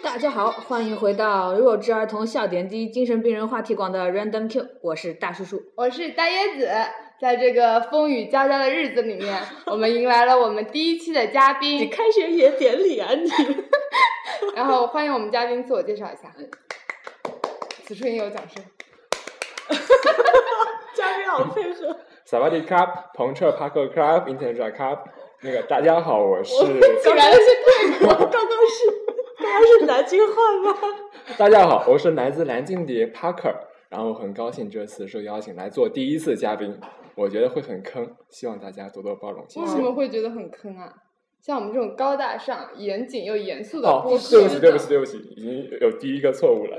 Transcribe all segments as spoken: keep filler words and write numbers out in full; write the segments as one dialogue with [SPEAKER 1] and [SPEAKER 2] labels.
[SPEAKER 1] 大家好，欢迎回到弱智儿童笑点低、精神病人话题广的 Random Q， 我是大叔叔，
[SPEAKER 2] 我是大椰子。在这个风雨交加的日子里面，我们迎来了我们第一期的嘉宾。
[SPEAKER 1] 你开学也典礼啊你！
[SPEAKER 2] 然后欢迎我们嘉宾自我介绍一下。此处应有掌声。
[SPEAKER 1] 嘉宾好配合。
[SPEAKER 3] 萨瓦迪卡，朋克帕克 club internet club。那个大家好，我是。
[SPEAKER 2] 竟然是泰国，
[SPEAKER 1] 刚刚是刚刚是南京话吗？
[SPEAKER 3] 大家好，我是来自南京的 Parker， 然后很高兴这次受邀请来做第一次嘉宾，我觉得会很坑，希望大家多多包容。
[SPEAKER 2] 为什么会觉得很坑啊？像我们这种高大上、严谨又严肃的
[SPEAKER 3] 播客、哦，对不起，对不起，对不起，已经有第一个错误了。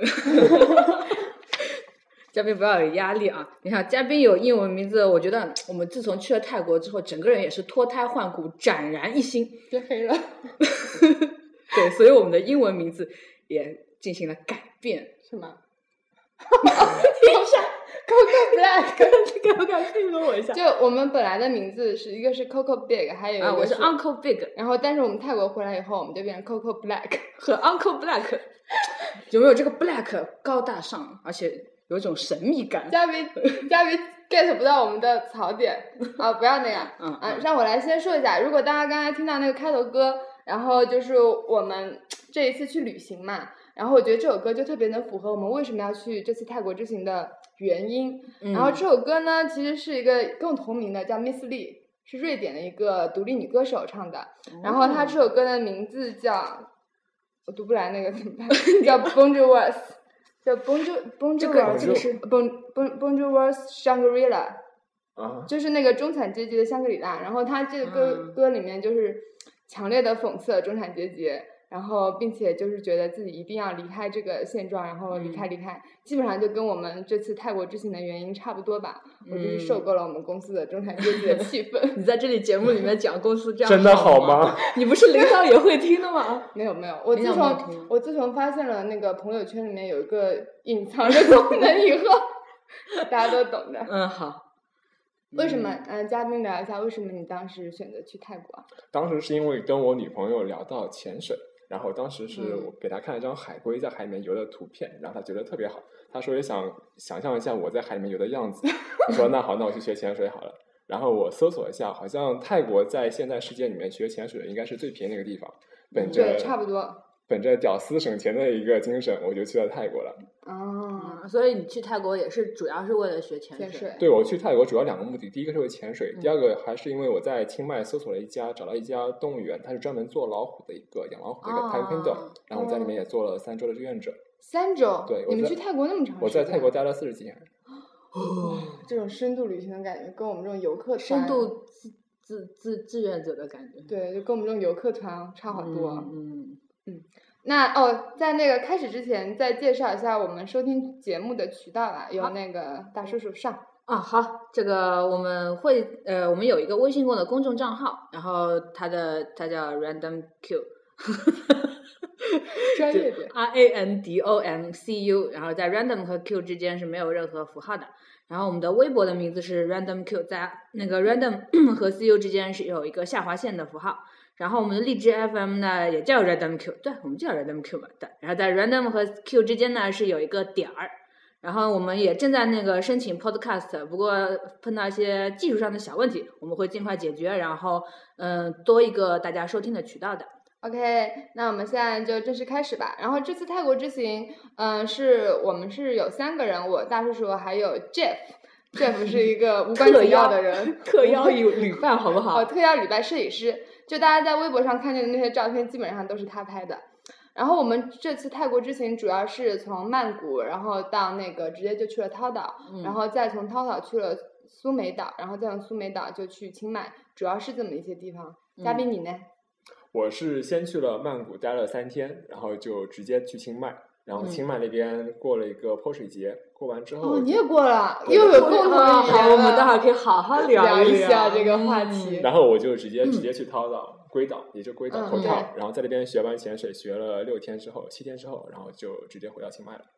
[SPEAKER 1] 嘉宾不要有压力啊！你看，嘉宾有英文名字，我觉得我们自从去了泰国之后，整个人也是脱胎换骨、斩然一新，
[SPEAKER 2] 变黑了。
[SPEAKER 1] 对，所以我们的英文名字也进行了改变，
[SPEAKER 2] 是吗？等一下 ，Coco Black，
[SPEAKER 1] 你敢不敢配合我一下？
[SPEAKER 2] 就我们本来的名字是一个是 Coco Big， 还有一个是、
[SPEAKER 1] 啊、我是 Uncle Big，
[SPEAKER 2] 然后但是我们泰国回来以后，我们就变成 Coco Black
[SPEAKER 1] 和 Uncle Black， 有没有这个 Black 高大上，而且有一种神秘感？
[SPEAKER 2] 嘉宾嘉宾 get 不到我们的槽点啊！不要那样，
[SPEAKER 1] 嗯
[SPEAKER 2] 啊，让我来先说一下，如果大家刚才听到那个开头歌，然后就是我们这一次去旅行嘛。然后我觉得这首歌就特别能符合我们为什么要去这次泰国之行的原因。嗯、然后这首歌呢，其实是一个跟我同名的，叫 Miss Lee， 是瑞典的一个独立女歌手唱的。嗯、然后她这首歌的名字叫，我读不来那个怎么办？叫 Bonjour， 叫 Bonjour Bonjour，
[SPEAKER 1] 这个是
[SPEAKER 2] Bon Bon Bonjour Shangri-La，
[SPEAKER 3] 啊，
[SPEAKER 2] 就是那个中产阶级的香格里拉。然后她这个歌、嗯、歌里面就是强烈的讽刺了中产阶级。然后，并且就是觉得自己一定要离开这个现状，然后离开离开，嗯、基本上就跟我们这次泰国之行的原因差不多吧。嗯、我就是受够了我们公司的中产阶级的气氛。
[SPEAKER 1] 你在这里节目里面讲公司这样
[SPEAKER 3] 真的好吗？
[SPEAKER 1] 你不是领导也会听的吗？
[SPEAKER 2] 没有没有，我自从我自从发现了那个朋友圈里面有一个隐藏的功能以后，大家都懂的。
[SPEAKER 1] 嗯，好。
[SPEAKER 2] 为什么？嗯、呃，嘉宾聊一下，为什么你当时选择去泰国？
[SPEAKER 3] 当时是因为跟我女朋友聊到潜水。然后当时是我给他看了一张海龟在海里面游的图片，然后他觉得特别好，他说也想想象一下我在海里面游的样子。我说那好，那我去学潜水好了。然后我搜索一下，好像泰国在现在世界里面学潜水应该是最便宜的一个地方。本着
[SPEAKER 2] 对，差不多。
[SPEAKER 3] 本着屌丝省钱的一个精神，我就去了泰国了。
[SPEAKER 2] 哦，
[SPEAKER 1] 所以你去泰国也是主要是为了学潜水？
[SPEAKER 2] 潜水。
[SPEAKER 3] 对，我去泰国主要两个目的，第一个是为潜水，嗯、第二个还是因为我在清迈搜索了一家，找到一家动物园，它是专门做老虎的一个养老虎的一个 taekwondo，、哦、然后我在里面也做了三周的志愿者。
[SPEAKER 2] 三周？
[SPEAKER 3] 对，
[SPEAKER 2] 你们去泰国那么长时间？
[SPEAKER 3] 我在泰国待了四十几天。
[SPEAKER 2] 哦，这种深度旅行的感觉，跟我们这种游客团
[SPEAKER 1] 深度自自自志愿者的感觉，
[SPEAKER 2] 对，就跟我们这种游客团差好多。
[SPEAKER 1] 嗯嗯。
[SPEAKER 2] 嗯那哦，在那个开始之前，再介绍一下我们收听节目的渠道吧。由那个大叔叔上
[SPEAKER 1] 啊，好，这个我们会呃，我们有一个微信公的公众账号，然后它的它叫 Random Q，
[SPEAKER 2] 专业点
[SPEAKER 1] R A N D O M C U， 然后在 Random 和 Q 之间是没有任何符号的。然后我们的微博的名字是 Random Q， 在那个 Random 和 C U 之间是有一个下划线的符号。然后我们的荔枝 F M 呢也叫 Random Q， 对，我们叫 Random Q 嘛，对。然后在 Random 和 Q 之间呢是有一个点儿，然后我们也正在那个申请 Podcast， 不过碰到一些技术上的小问题，我们会尽快解决，然后嗯、呃、多一个大家收听的渠道的。
[SPEAKER 2] OK， 那我们现在就正式开始吧。然后这次泰国之行，嗯、呃，是我们是有三个人，我大叔叔还有 Jeff。Jeff 是一个无关紧要的人，
[SPEAKER 1] 特邀旅伴好不好？
[SPEAKER 2] 哦，特邀旅伴摄影师，就大家在微博上看见的那些照片，基本上都是他拍的。然后我们这次泰国之行主要是从曼谷，然后到那个直接就去了涛岛，嗯、然后再从涛岛去了苏梅岛，然后再从苏梅岛就去清迈，主要是这么一些地方。嘉宾你呢？
[SPEAKER 3] 嗯、我是先去了曼谷待了三天，然后就直接去清迈。然后清迈那边过了一个泼水节，嗯、过完之后
[SPEAKER 2] 哦，你也过了，又有共同语言了。
[SPEAKER 1] 好，我们待会儿可以好好聊
[SPEAKER 2] 一下这个话题。
[SPEAKER 3] 然后我就直接、嗯、直接去涛岛、龟岛，也就龟岛口套、嗯，然后在那边学完潜水，学了六天之后，七天之后，然后就直接回到清迈了。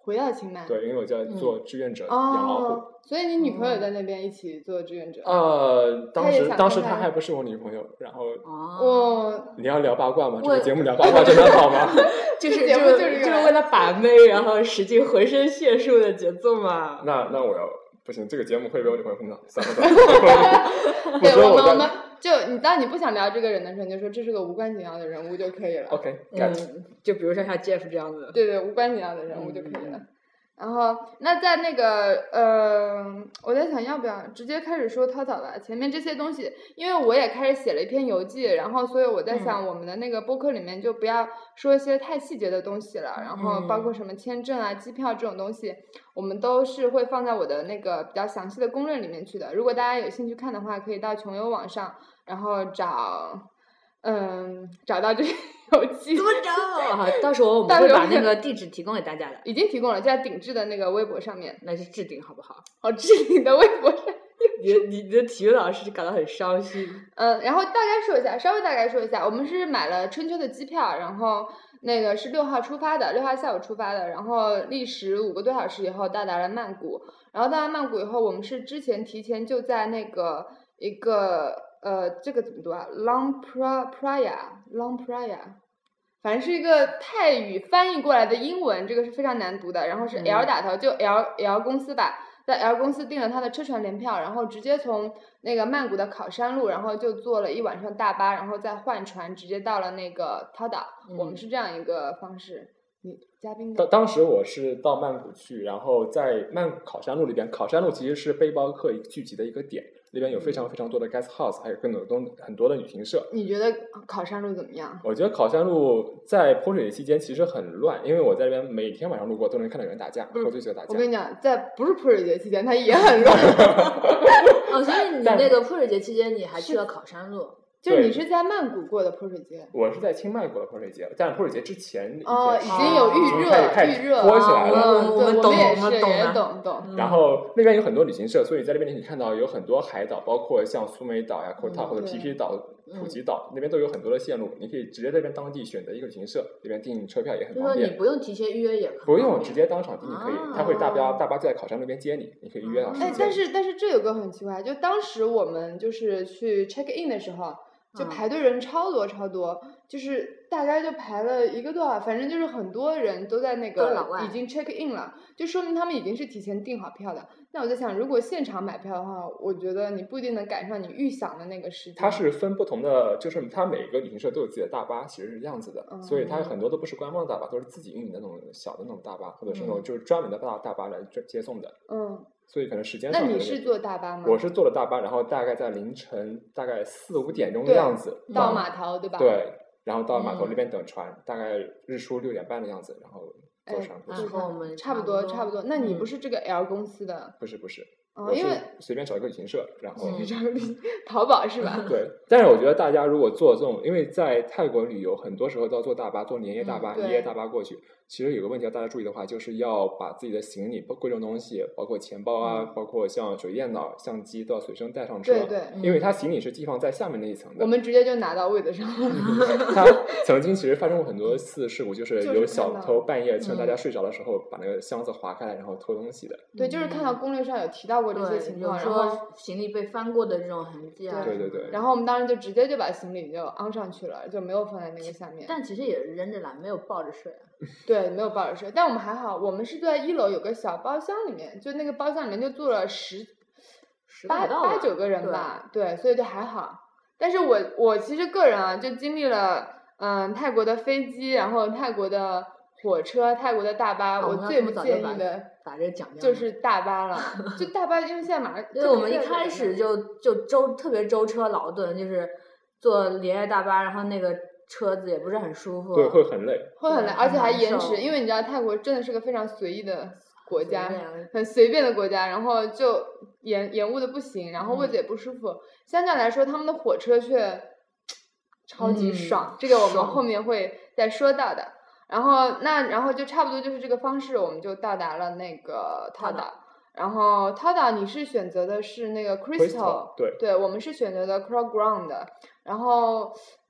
[SPEAKER 2] 回到清迈。
[SPEAKER 3] 对，因为我在做志愿者
[SPEAKER 2] 嗯、
[SPEAKER 3] 养老虎、
[SPEAKER 2] 哦。所以你女朋友在那边一起做志愿者？
[SPEAKER 3] 呃，当时当时
[SPEAKER 2] 她
[SPEAKER 3] 她还不是我女朋友，然后
[SPEAKER 2] 哦，
[SPEAKER 3] 你要聊八卦吗？这个节目聊八卦真的好吗？
[SPEAKER 1] 就是
[SPEAKER 2] 节目
[SPEAKER 1] 就是就是为了把妹，然后使尽浑身解数的节奏嘛。
[SPEAKER 3] 那那我要不行，这个节目会被我女朋友听到，算了算了。
[SPEAKER 2] 对，我们我们就你当你不想聊这个人的时候，你就说这是个无关紧要的人物就可以了。
[SPEAKER 3] OK，
[SPEAKER 1] 嗯，就比如说像 Jeff 这样子。
[SPEAKER 2] 对对，无关紧要的人物就可以了。嗯、然后，那在那个呃，我在想要不要直接开始说涛涛吧。前面这些东西，因为我也开始写了一篇游记，然后所以我在想，我们的那个播客里面就不要说一些太细节的东西了，
[SPEAKER 1] 嗯、
[SPEAKER 2] 然后包括什么签证啊、机票这种东西，我们都是会放在我的那个比较详细的攻略里面去的。如果大家有兴趣看的话，可以到穷游网上，然后找，嗯，找到这些游记。
[SPEAKER 1] 怎么找？好，到时候我们会把那个地址提供给大家的。
[SPEAKER 2] 已经提供了，就在顶置的那个微博上面。
[SPEAKER 1] 那是置顶好不好？
[SPEAKER 2] 哦，置顶的微博上。
[SPEAKER 1] 你你你的体育老师感到很伤心。
[SPEAKER 2] 嗯，然后大概说一下，稍微大概说一下，我们是买了春秋的机票，然后那个是六号出发的，六号下午出发的，然后历时五个多小时以后到达了曼谷，然后到达曼谷以后，我们是之前提前就在那个一个呃，这个怎么读啊 ？Long Praya Long Praya， 反正是一个泰语翻译过来的英文，这个是非常难读的，然后是 L 打头，嗯、就 L L 公司吧。在 L 公司订了他的车船联票，然后直接从那个曼谷的考山路，然后就坐了一晚上大巴，然后再换船，直接到了那个涛岛。嗯、我们是这样一个方式。你嘉宾
[SPEAKER 3] 当当时我是到曼谷去，然后在曼谷考山路里边，考山路其实是背包客聚集的一个点，那边有非常非常多的 guest house， 还有更多很多的旅行社。
[SPEAKER 2] 你觉得考山路怎么样？
[SPEAKER 3] 我觉得考山路在泼水节期间其实很乱，因为我在那边每天晚上路过都能看到有人打架，喝醉酒打架。
[SPEAKER 2] 我跟你讲，在不是泼水节期间，它也很乱。
[SPEAKER 1] 哦，所以你那个泼水节期间你还去了考山路？
[SPEAKER 2] 就是你是在曼谷过的泼水节，
[SPEAKER 3] 我是在清迈过的泼水节，但泼水节之前
[SPEAKER 2] 哦，已经有预热，预热
[SPEAKER 3] 泼起来了。
[SPEAKER 2] 嗯，
[SPEAKER 1] 我们
[SPEAKER 2] 懂，
[SPEAKER 1] 我
[SPEAKER 2] 们
[SPEAKER 1] 也是，
[SPEAKER 2] 也懂懂。
[SPEAKER 3] 然后那边有很多旅行社，所以在那边你可以看到有很多海岛，包括像苏梅岛呀、Koh Tao 或者 P P 岛、普吉岛那边都有很多的线路，你可以直接在那边当地选择一个旅行社，那边订车票也很方便。
[SPEAKER 1] 你不用提前预约也可以。
[SPEAKER 3] 不用，直接当场订可以，他会大巴大巴在考山那边接你，你可以预约到时间。
[SPEAKER 2] 哎，但是但是这有个很奇怪，就当时我们就是去 check in 的时候。就排队人超多超多，就是大概就排了一个多小时，反正就是很多人都在那个已经 check in 了，就说明他们已经是提前订好票的。那我在想，如果现场买票的话，我觉得你不一定能赶上你预想的那个时间。
[SPEAKER 3] 它是分不同的，就是它每个旅行社都有自己的大巴，其实是这样子的，嗯、所以它很多都不是官方的大巴，都是自己运营的那种小的那种大巴，或者是那种就是专门的大大巴来接送的。
[SPEAKER 2] 嗯。
[SPEAKER 3] 所以可能时间上。
[SPEAKER 2] 那你是坐大巴吗？
[SPEAKER 3] 我是坐的大巴，然后大概在凌晨大概四五点钟的样子
[SPEAKER 2] 到码头，对吧？
[SPEAKER 3] 对，然后到码头那边等船，嗯、大概日出六点半的样子，然后坐船过去。
[SPEAKER 1] 然后我们
[SPEAKER 2] 差不多差不多。那你不是这个 L 公司的？
[SPEAKER 3] 不是不是。
[SPEAKER 2] 哦，因为
[SPEAKER 3] 随便找一个旅行社，然后
[SPEAKER 2] 随便找个淘宝是吧？
[SPEAKER 3] 对，但是我觉得大家如果做这种，因为在泰国旅游，很多时候都要坐大巴，坐连夜大巴、
[SPEAKER 2] 嗯、
[SPEAKER 3] 一夜大巴过去。其实有个问题要大家注意的话，就是要把自己的行李、贵重东西，包括钱包啊，嗯、包括像手机、电脑、相机，都要随身带上车。
[SPEAKER 2] 对对，
[SPEAKER 3] 因为它行李是寄放在下面那一层的。
[SPEAKER 2] 我们直接就拿到位子上了。
[SPEAKER 3] 它曾经其实发生过很多次事故，就是有小偷半夜趁大家睡着的时候，把那个箱子划开来，然后偷东西的。
[SPEAKER 2] 对，就是看到攻略上有提到过这些情况。
[SPEAKER 1] 说行李被翻过的这种痕迹啊，
[SPEAKER 3] 对对对。
[SPEAKER 2] 然后我们当时就直接就把行李就昂上去了，就没有放在那个下面。
[SPEAKER 1] 但其实也扔着啦，没有抱着睡。
[SPEAKER 2] 对，没有抱着睡。但我们还好，我们是在一楼有个小包厢里面，就那个包厢里面就坐了十八八九个人吧，对，对，所以就还好。但是我我其实个人啊，就经历了嗯泰国的飞机，然后泰国的火车、泰国的大巴，
[SPEAKER 1] 哦、
[SPEAKER 2] 我最不建议的。
[SPEAKER 1] 把这个讲掉
[SPEAKER 2] 就是大巴了，就大巴，因为现在马上，
[SPEAKER 1] 因为我们一开始就就舟特别舟车劳顿，就是坐连夜大巴，然后那个车子也不是很舒服，
[SPEAKER 3] 对，会很累，
[SPEAKER 2] 会很累，而且还延迟，因为你知道泰国真的是个非常随意的国家，很随便的国家，然后就延延误的不行，然后位置也不舒服。嗯、相对来说，他们的火车却超级爽，
[SPEAKER 1] 嗯、
[SPEAKER 2] 这个我们后面会再说到的。然后那然后就差不多就是这个方式，我们就到达了那个涛岛。然后涛岛你是选择的是那个 Crystal，
[SPEAKER 3] 对，
[SPEAKER 2] 对，我们是选择的 Crow Ground 的。然后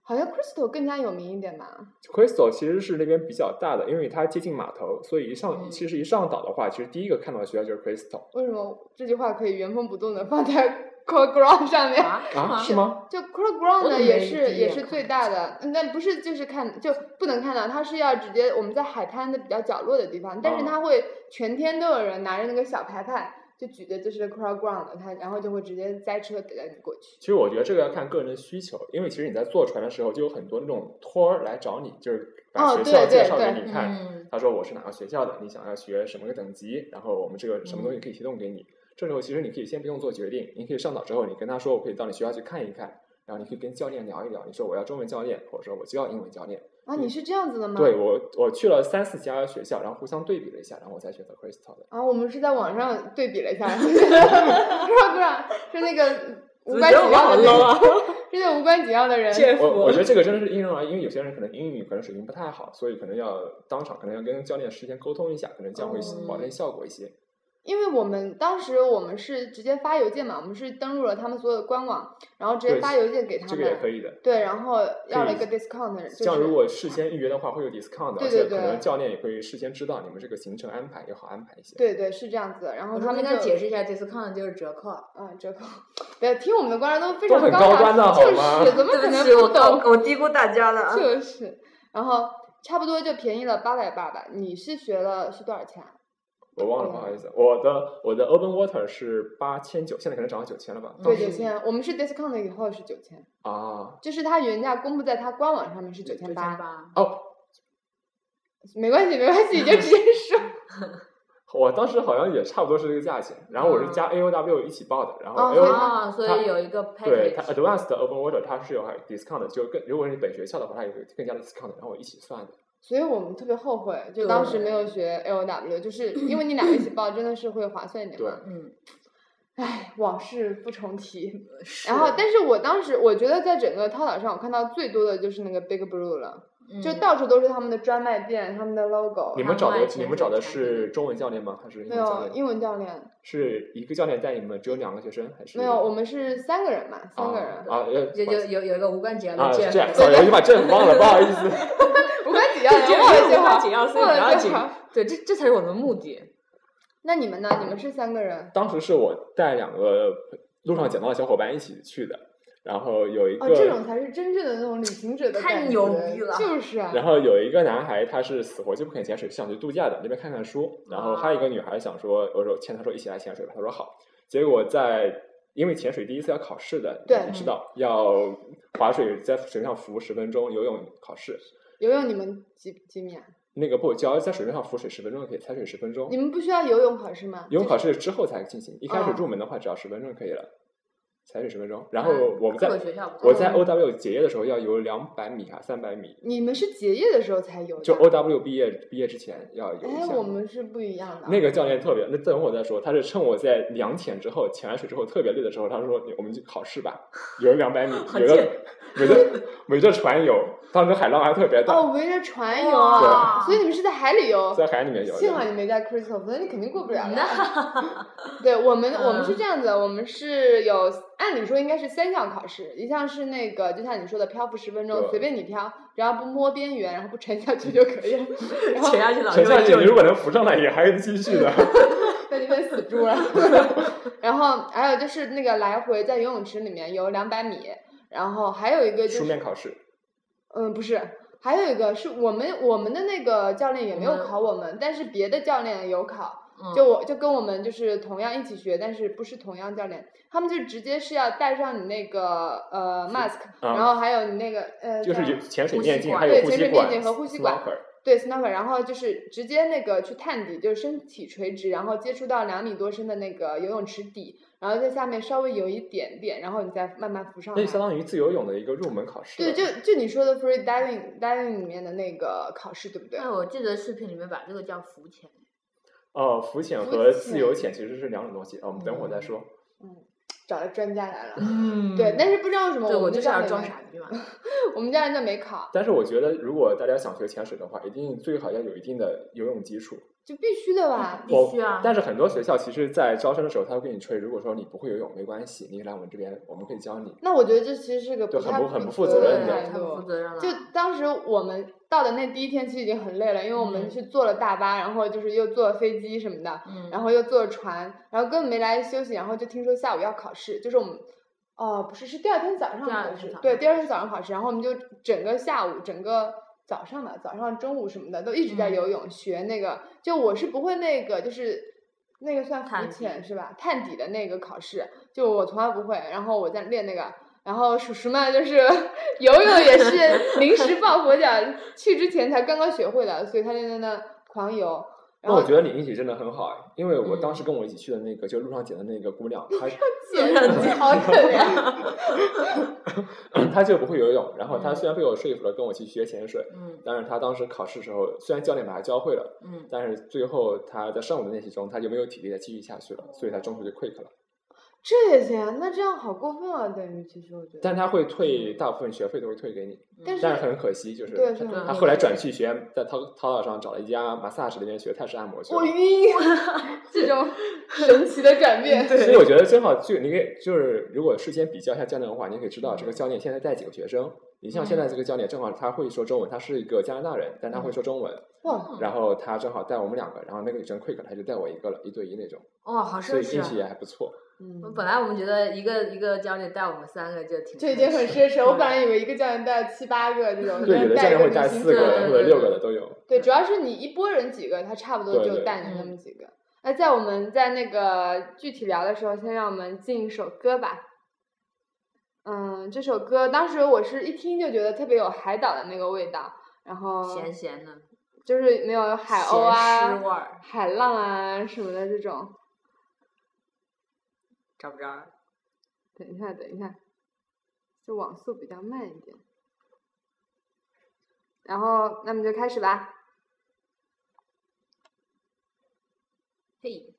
[SPEAKER 2] 好像 Crystal 更加有名一点吧。
[SPEAKER 3] Crystal 其实是那边比较大的，因为它接近码头，所以一上、
[SPEAKER 1] 嗯、
[SPEAKER 3] 其实一上岛的话，其实第一个看到的学校就是 Crystal。
[SPEAKER 2] 为什么这句话可以原封不动的放在 Coral Ground 上面
[SPEAKER 1] 啊？
[SPEAKER 3] 啊是吗？
[SPEAKER 2] 就 Coral Ground 呢也是也是最大的，那不是就是看就不能看到，它是要直接我们在海滩的比较角落的地方，但是它会全天都有人拿着那个小牌牌。就举的就是 Coral Ground 他然后就会直接栽车给你过去。
[SPEAKER 3] 其实我觉得这个要看个人的需求，因为其实你在坐船的时候就有很多那种托儿来找你，就是把学校介绍给你看。
[SPEAKER 1] 哦、对对对
[SPEAKER 3] 他说我是哪个学校的，你想要学什么个等级，然后我们这个什么东西可以提供给你。嗯、这时候其实你可以先不用做决定，你可以上岛之后，你跟他说我可以到你学校去看一看，然后你可以跟教练聊一聊，你说我要中文教练，或者说我就要英文教练。
[SPEAKER 2] 啊，你是这样子的吗？
[SPEAKER 3] 对，我我去了三四家学校，然后互相对比了一下，然后我才选择 Crystal 的。
[SPEAKER 2] 啊，我们是在网上对比了一下 ，Crystal 是那个无关紧要的人，是那无关紧要的人。
[SPEAKER 3] 我我觉得这个真的是因人而异，因为有些人可能英语可能水平不太好，所以可能要当场可能要跟教练事先沟通一下，可能这样会保证效果一些。嗯
[SPEAKER 2] 因为我们当时我们是直接发邮件嘛，我们是登录了他们所有的官网，然后直接发邮件给他们。
[SPEAKER 3] 这个也可以的。
[SPEAKER 2] 对，然后要了一个 discount，就是。
[SPEAKER 3] 像如果事先预约的话，会有 discount，
[SPEAKER 2] 对对对，
[SPEAKER 3] 而且可能教练也会事先知道你们这个行程安排，也好安排一些。
[SPEAKER 2] 对对，是这样子的。然后他们
[SPEAKER 1] 跟他解释一下 discount 就是折扣。
[SPEAKER 2] 嗯，折扣。对，听我们的观众都非常
[SPEAKER 3] 都很高端的好
[SPEAKER 2] 吗？就是，怎么可能不懂？
[SPEAKER 1] 我我低估大家了。
[SPEAKER 2] 就是，然后差不多就便宜了八百八吧。你是学了是多少钱？
[SPEAKER 3] 我忘了，不好意思，我的我的 Open Water 是八千九，现在可能涨到九千了吧？
[SPEAKER 2] 对，九千，我们是 discount 以后是九千
[SPEAKER 3] 啊，
[SPEAKER 2] 就是它原价公布在它官网上面是九千八。
[SPEAKER 3] 哦，
[SPEAKER 2] 没关系，没关系，你就直接说。
[SPEAKER 3] 我当时好像也差不多是这个价钱，然后我是加 A O W 一起报的，然后
[SPEAKER 1] A O W、哦、所以有一个 package。
[SPEAKER 3] 对，它 Advanced Open Water 它是有 discount 的，就更如果是本学校的话，它有更加的 discount， 然后我一起算的。
[SPEAKER 2] 所以我们特别后悔，就当时没有学 A O W， 就是因为你俩一起报，真的是会划算一点嘛。
[SPEAKER 3] 对，
[SPEAKER 2] 嗯。唉，往事不重提。然后，但是我当时我觉得在整个涛岛上，我看到最多的就是那个 Big Blue 了。
[SPEAKER 1] 嗯、
[SPEAKER 2] 就到处都是他们的专卖店，他们的 logo。
[SPEAKER 3] 你们找的你们找的是中文教练吗？还是英文教练？
[SPEAKER 2] 没有，英文教练。
[SPEAKER 3] 是一个教练带你们，只有两个学生还是？
[SPEAKER 2] 没有，我们是三个人嘛，三个人。
[SPEAKER 3] 啊，
[SPEAKER 1] 有有有有一个无关紧要的
[SPEAKER 3] Jeff。啊，这样，我就把 Jeff 忘了，不好意思。
[SPEAKER 2] 无关紧要的，
[SPEAKER 1] 无关紧要，所以不要紧。对，这这才是我们的目的。
[SPEAKER 2] 那你们呢？你们是三个人？
[SPEAKER 3] 当时是我带两个路上捡到的小伙伴一起去的。然后有一个、
[SPEAKER 2] 哦，这种才是真正的那种旅行者的感觉，
[SPEAKER 1] 太牛逼了，
[SPEAKER 2] 就是啊。
[SPEAKER 3] 然后有一个男孩，他是死活就不肯潜水，想去度假的，那边看看书。然后还有一个女孩想说，我说牵他说一起来潜水吧，他说好。结果在因为潜水第一次要考试的，
[SPEAKER 2] 对，
[SPEAKER 3] 你知道要划水在水上浮十分钟，游泳考试。
[SPEAKER 2] 游泳你们几几米啊？
[SPEAKER 3] 那个不，只要在水面上浮水十分钟就可以，踩水十分钟。
[SPEAKER 2] 你们不需要游泳考试吗？
[SPEAKER 3] 游泳考试之后才进行，一开始入门的话只要十分钟就可以了。踩水十分钟，然后我们在我在 O W 结业的时候要游两百米还三百米。
[SPEAKER 2] 你们是结业的时候才游的？
[SPEAKER 3] 就 O W 毕业毕业之前要游一下。
[SPEAKER 2] 哎，我们是不一样的。
[SPEAKER 3] 那个教练特别，那等会儿再说。他是趁我在凉潜之后，潜完水之后特别累的时候，他说：“我们去考试吧，游两百米，围着围着围着船游。”当时海浪还特别大。
[SPEAKER 2] 哦，围着船游啊！所以你们是在海里游？
[SPEAKER 3] 在海里面游。
[SPEAKER 2] 幸好你没在 Crystal， 否则你肯定过不了的。对我们，我们是这样子，我们是有。按理说应该是三项考试，一项是那个就像你说的漂浮十分钟，随便你漂，只要不摸边缘，然后不沉下去就可以了。然后
[SPEAKER 1] 沉下去了，
[SPEAKER 3] 沉下去如果能浮上来也还是继续的。
[SPEAKER 2] 在那边死住了。然后还有就是那个来回在游泳池里面游两百米，然后还有一个就是
[SPEAKER 3] 书面考试。
[SPEAKER 2] 嗯，不是，还有一个是我们我们的那个教练也没有考我们，嗯、但是别的教练有考。就我就跟我们就是同样一起学，但是不是同样教练，他们就直接是要带上你那个呃 mask，、嗯、然后还有你那个呃
[SPEAKER 3] 就是有潜水面镜，还有
[SPEAKER 2] 对
[SPEAKER 3] 呼吸
[SPEAKER 2] 潜水面镜和呼吸管，
[SPEAKER 3] snorkel
[SPEAKER 2] 对 snorkel， 然后就是直接那个去探底，就是身体垂直，然后接触到两米多深的那个游泳池底，然后在下面稍微有一点点，然后你再慢慢浮上来。
[SPEAKER 3] 那相当于自由泳的一个入门考试。
[SPEAKER 2] 对，就就你说的 free diving diving 里面的那个考试，对不对？
[SPEAKER 1] 那我记得视频里面把这个叫浮潜。
[SPEAKER 3] 哦，浮潜和自由潜其实是两种东西，哦，我们等会儿再说。
[SPEAKER 2] 嗯， 找了专家来了。
[SPEAKER 1] 嗯，
[SPEAKER 2] 对，但是不知道为什么
[SPEAKER 1] 对
[SPEAKER 2] 我们
[SPEAKER 1] 我就是要装
[SPEAKER 2] 家人没
[SPEAKER 1] 傻逼嘛。
[SPEAKER 2] 我们家人就没考，
[SPEAKER 3] 但是我觉得，如果大家想学潜水的话，一定最好要有一定的游泳基础。
[SPEAKER 2] 就必须的吧？
[SPEAKER 1] 必须啊！
[SPEAKER 3] 但是很多学校其实，在招生的时候，他会跟你吹，如果说你不会游泳，没关系，你来我们这边，我们可以教你。
[SPEAKER 2] 那我觉得这其实是个
[SPEAKER 3] 对
[SPEAKER 2] 太
[SPEAKER 3] 很不很不
[SPEAKER 2] 负
[SPEAKER 3] 负责任的
[SPEAKER 2] 态
[SPEAKER 1] 太不负
[SPEAKER 2] 度。
[SPEAKER 1] 责任了。
[SPEAKER 2] 就当时我们到的那第一天，其实已经很累了，因为我们
[SPEAKER 1] 嗯
[SPEAKER 2] 是坐了大巴，然后就是又坐了飞机什么的，
[SPEAKER 1] 嗯，
[SPEAKER 2] 然后又坐了船，然后根本没来休息，然后就听说下午要考试，就是我们。哦，不是，是第二天早上
[SPEAKER 1] 第二
[SPEAKER 2] 考试，
[SPEAKER 1] 天早上
[SPEAKER 2] 对，第二天早上考试，然后我们就整个下午、整个早上的早上、中午什么的都一直在
[SPEAKER 1] 嗯
[SPEAKER 2] 游泳、学那个，就我是不会那个，就是那个算浮
[SPEAKER 1] 探
[SPEAKER 2] 潜
[SPEAKER 1] 底
[SPEAKER 2] 是吧？探底的那个考试，就我从来不会，然后我在练那个，然后叔叔们就是游泳也是临时抱佛脚，去之前才刚刚学会的，所以他就在那狂游。然后
[SPEAKER 3] 那我觉得你运气真的很好哎，因为我当时
[SPEAKER 1] 嗯
[SPEAKER 3] 跟我一起去的那个，就路上捡的那个姑娘，她
[SPEAKER 2] 简直好可怜。
[SPEAKER 3] 她就不会游泳，然后她
[SPEAKER 1] 嗯
[SPEAKER 3] 虽然被我说服了跟我去学潜水，
[SPEAKER 1] 嗯
[SPEAKER 3] 但是她当时考试时候，虽然教练把她教会了，
[SPEAKER 1] 嗯，
[SPEAKER 3] 但是最后她在上午的练习中，她就没有体力再继续下去了，所以她中途就 quit 了。
[SPEAKER 2] 这也行，那这样好过分啊！等于其实我觉得，
[SPEAKER 3] 但她会退大部分学费都会退给你，
[SPEAKER 2] 但是
[SPEAKER 3] 但是很可惜，就是
[SPEAKER 2] 对是很
[SPEAKER 3] 她她后来转去学，在淘淘宝上找了一家 massage 里面学泰式按摩去了
[SPEAKER 2] 我。晕，这种神奇的转变。
[SPEAKER 3] 所以我觉得正好就你可以就是如果事先比较一下教练的话，你可以知道这个教练现在带几个学生。你像现在这个教练正好他会说中文，他是一个加拿大人，但他会说中文，
[SPEAKER 2] 哇，
[SPEAKER 3] 然后他正好带我们两个，然后那个女生 quick 他就带我一个了，一对一那种，
[SPEAKER 1] 哦，好
[SPEAKER 3] 所以
[SPEAKER 1] 绅士啊
[SPEAKER 3] 运气！也还不错。
[SPEAKER 2] 嗯，
[SPEAKER 1] 本来我们觉得一个一个教练带我们三个就挺
[SPEAKER 2] 这已经很奢侈。我本来以为一个教练带七八个这种，
[SPEAKER 3] 对，有的教
[SPEAKER 2] 带一个
[SPEAKER 3] 练会带
[SPEAKER 2] 旅行团
[SPEAKER 3] 四个人或者六个的都有。
[SPEAKER 2] 对，主要是你一拨人几个，他差不多就
[SPEAKER 3] 对对
[SPEAKER 2] 带你那么几个。那在我们在那个具体聊的时候，先让我们进一首歌吧。嗯，这首歌当时我是一听就觉得特别有海岛的那个味道，然后
[SPEAKER 1] 咸咸的，
[SPEAKER 2] 就是没有海鸥
[SPEAKER 1] 咸
[SPEAKER 2] 啊
[SPEAKER 1] 湿、味儿，
[SPEAKER 2] 海浪啊什么的这种。
[SPEAKER 1] 找不着。
[SPEAKER 2] 等一下，等一下，这网速比较慢一点。然后，那么就开始吧。
[SPEAKER 1] 嘿。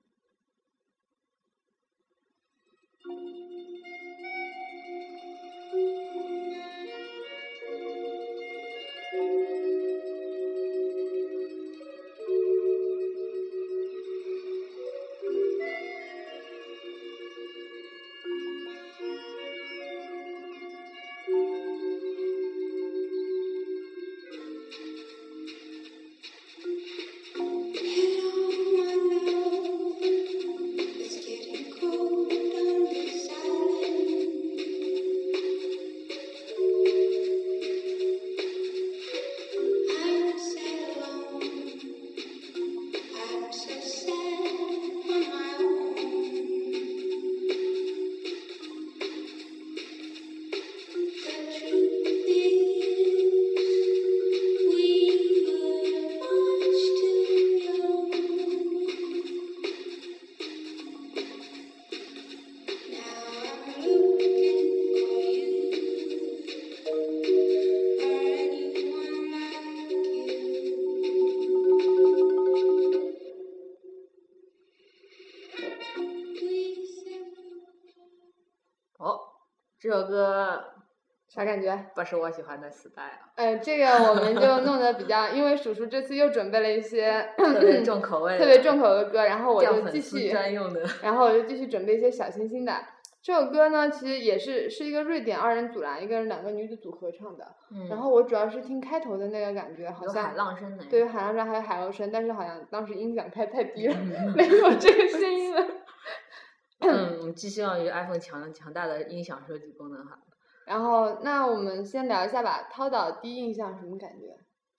[SPEAKER 1] 哦，这首歌
[SPEAKER 2] 啥感觉？
[SPEAKER 1] 不是我喜欢的 style，
[SPEAKER 2] 呃，这个我们就弄得比较，因为叔叔这次又准备了一些
[SPEAKER 1] 特别重口味的，
[SPEAKER 2] 特别重口的歌，然后我
[SPEAKER 1] 酱
[SPEAKER 2] 就继
[SPEAKER 1] 粉丝
[SPEAKER 2] 续，
[SPEAKER 1] 专用的。
[SPEAKER 2] 然后我就继续准备一些小清新的。这首歌呢，其实也是是一个瑞典二人组啦，一个人两个女子组合唱的。
[SPEAKER 1] 嗯，
[SPEAKER 2] 然后我主要是听开头的那个感觉，好
[SPEAKER 1] 有
[SPEAKER 2] 像
[SPEAKER 1] 海浪声的。
[SPEAKER 2] 对，海浪声还有海鸥声，但是好像当时音响开太低了，
[SPEAKER 1] 嗯
[SPEAKER 2] 没有这个声音了。
[SPEAKER 1] 嗯，我们寄希望于 iPhone 强强大的音响设计功能哈。
[SPEAKER 2] 然后，那我们先聊一下吧。涛岛第一印象什么感觉？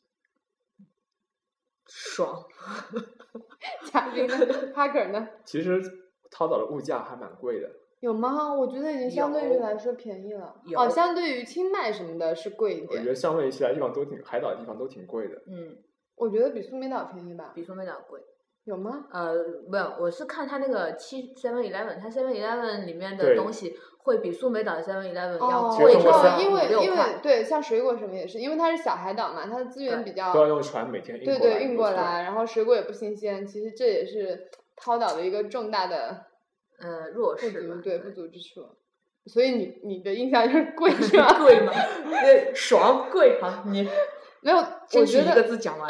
[SPEAKER 1] 爽。
[SPEAKER 2] 嘉宾呢？Parker 呢？
[SPEAKER 3] 其实淘岛的物价还蛮贵的。
[SPEAKER 2] 有吗？我觉得已经相对于
[SPEAKER 1] 有
[SPEAKER 2] 来说便宜了。
[SPEAKER 1] 有
[SPEAKER 2] 哦，相对于清迈什么的是贵一点。
[SPEAKER 3] 我觉得相对于其他地方都挺，海岛的地方都挺贵的。
[SPEAKER 1] 嗯，
[SPEAKER 2] 我觉得比苏梅岛便宜吧？
[SPEAKER 1] 比苏梅岛贵。
[SPEAKER 2] 有吗？
[SPEAKER 1] 呃，没有，我是看它那个七 Seven Eleven，它 Seven Eleven 里面的
[SPEAKER 3] 对
[SPEAKER 1] 东西会比苏梅岛的 Seven Eleven 要
[SPEAKER 2] 哦，
[SPEAKER 1] 贵
[SPEAKER 3] 其实中国三
[SPEAKER 1] 个
[SPEAKER 2] 因为因为
[SPEAKER 1] 五六块。
[SPEAKER 2] 对，像水果什么也是，因为它是小海岛嘛，它的资源比较
[SPEAKER 3] 都要用船每天运过来。
[SPEAKER 2] 对对运过来，然后水果也不新鲜，其实这也是涛岛的一个重大的
[SPEAKER 1] 呃弱
[SPEAKER 2] 不
[SPEAKER 1] 势吧，
[SPEAKER 2] 足，对不足之处。所以你你的印象就是贵是吧？
[SPEAKER 1] 贵吗？爽贵好，你
[SPEAKER 2] 没有，我
[SPEAKER 1] 争取一个
[SPEAKER 2] 觉得
[SPEAKER 1] 字讲完。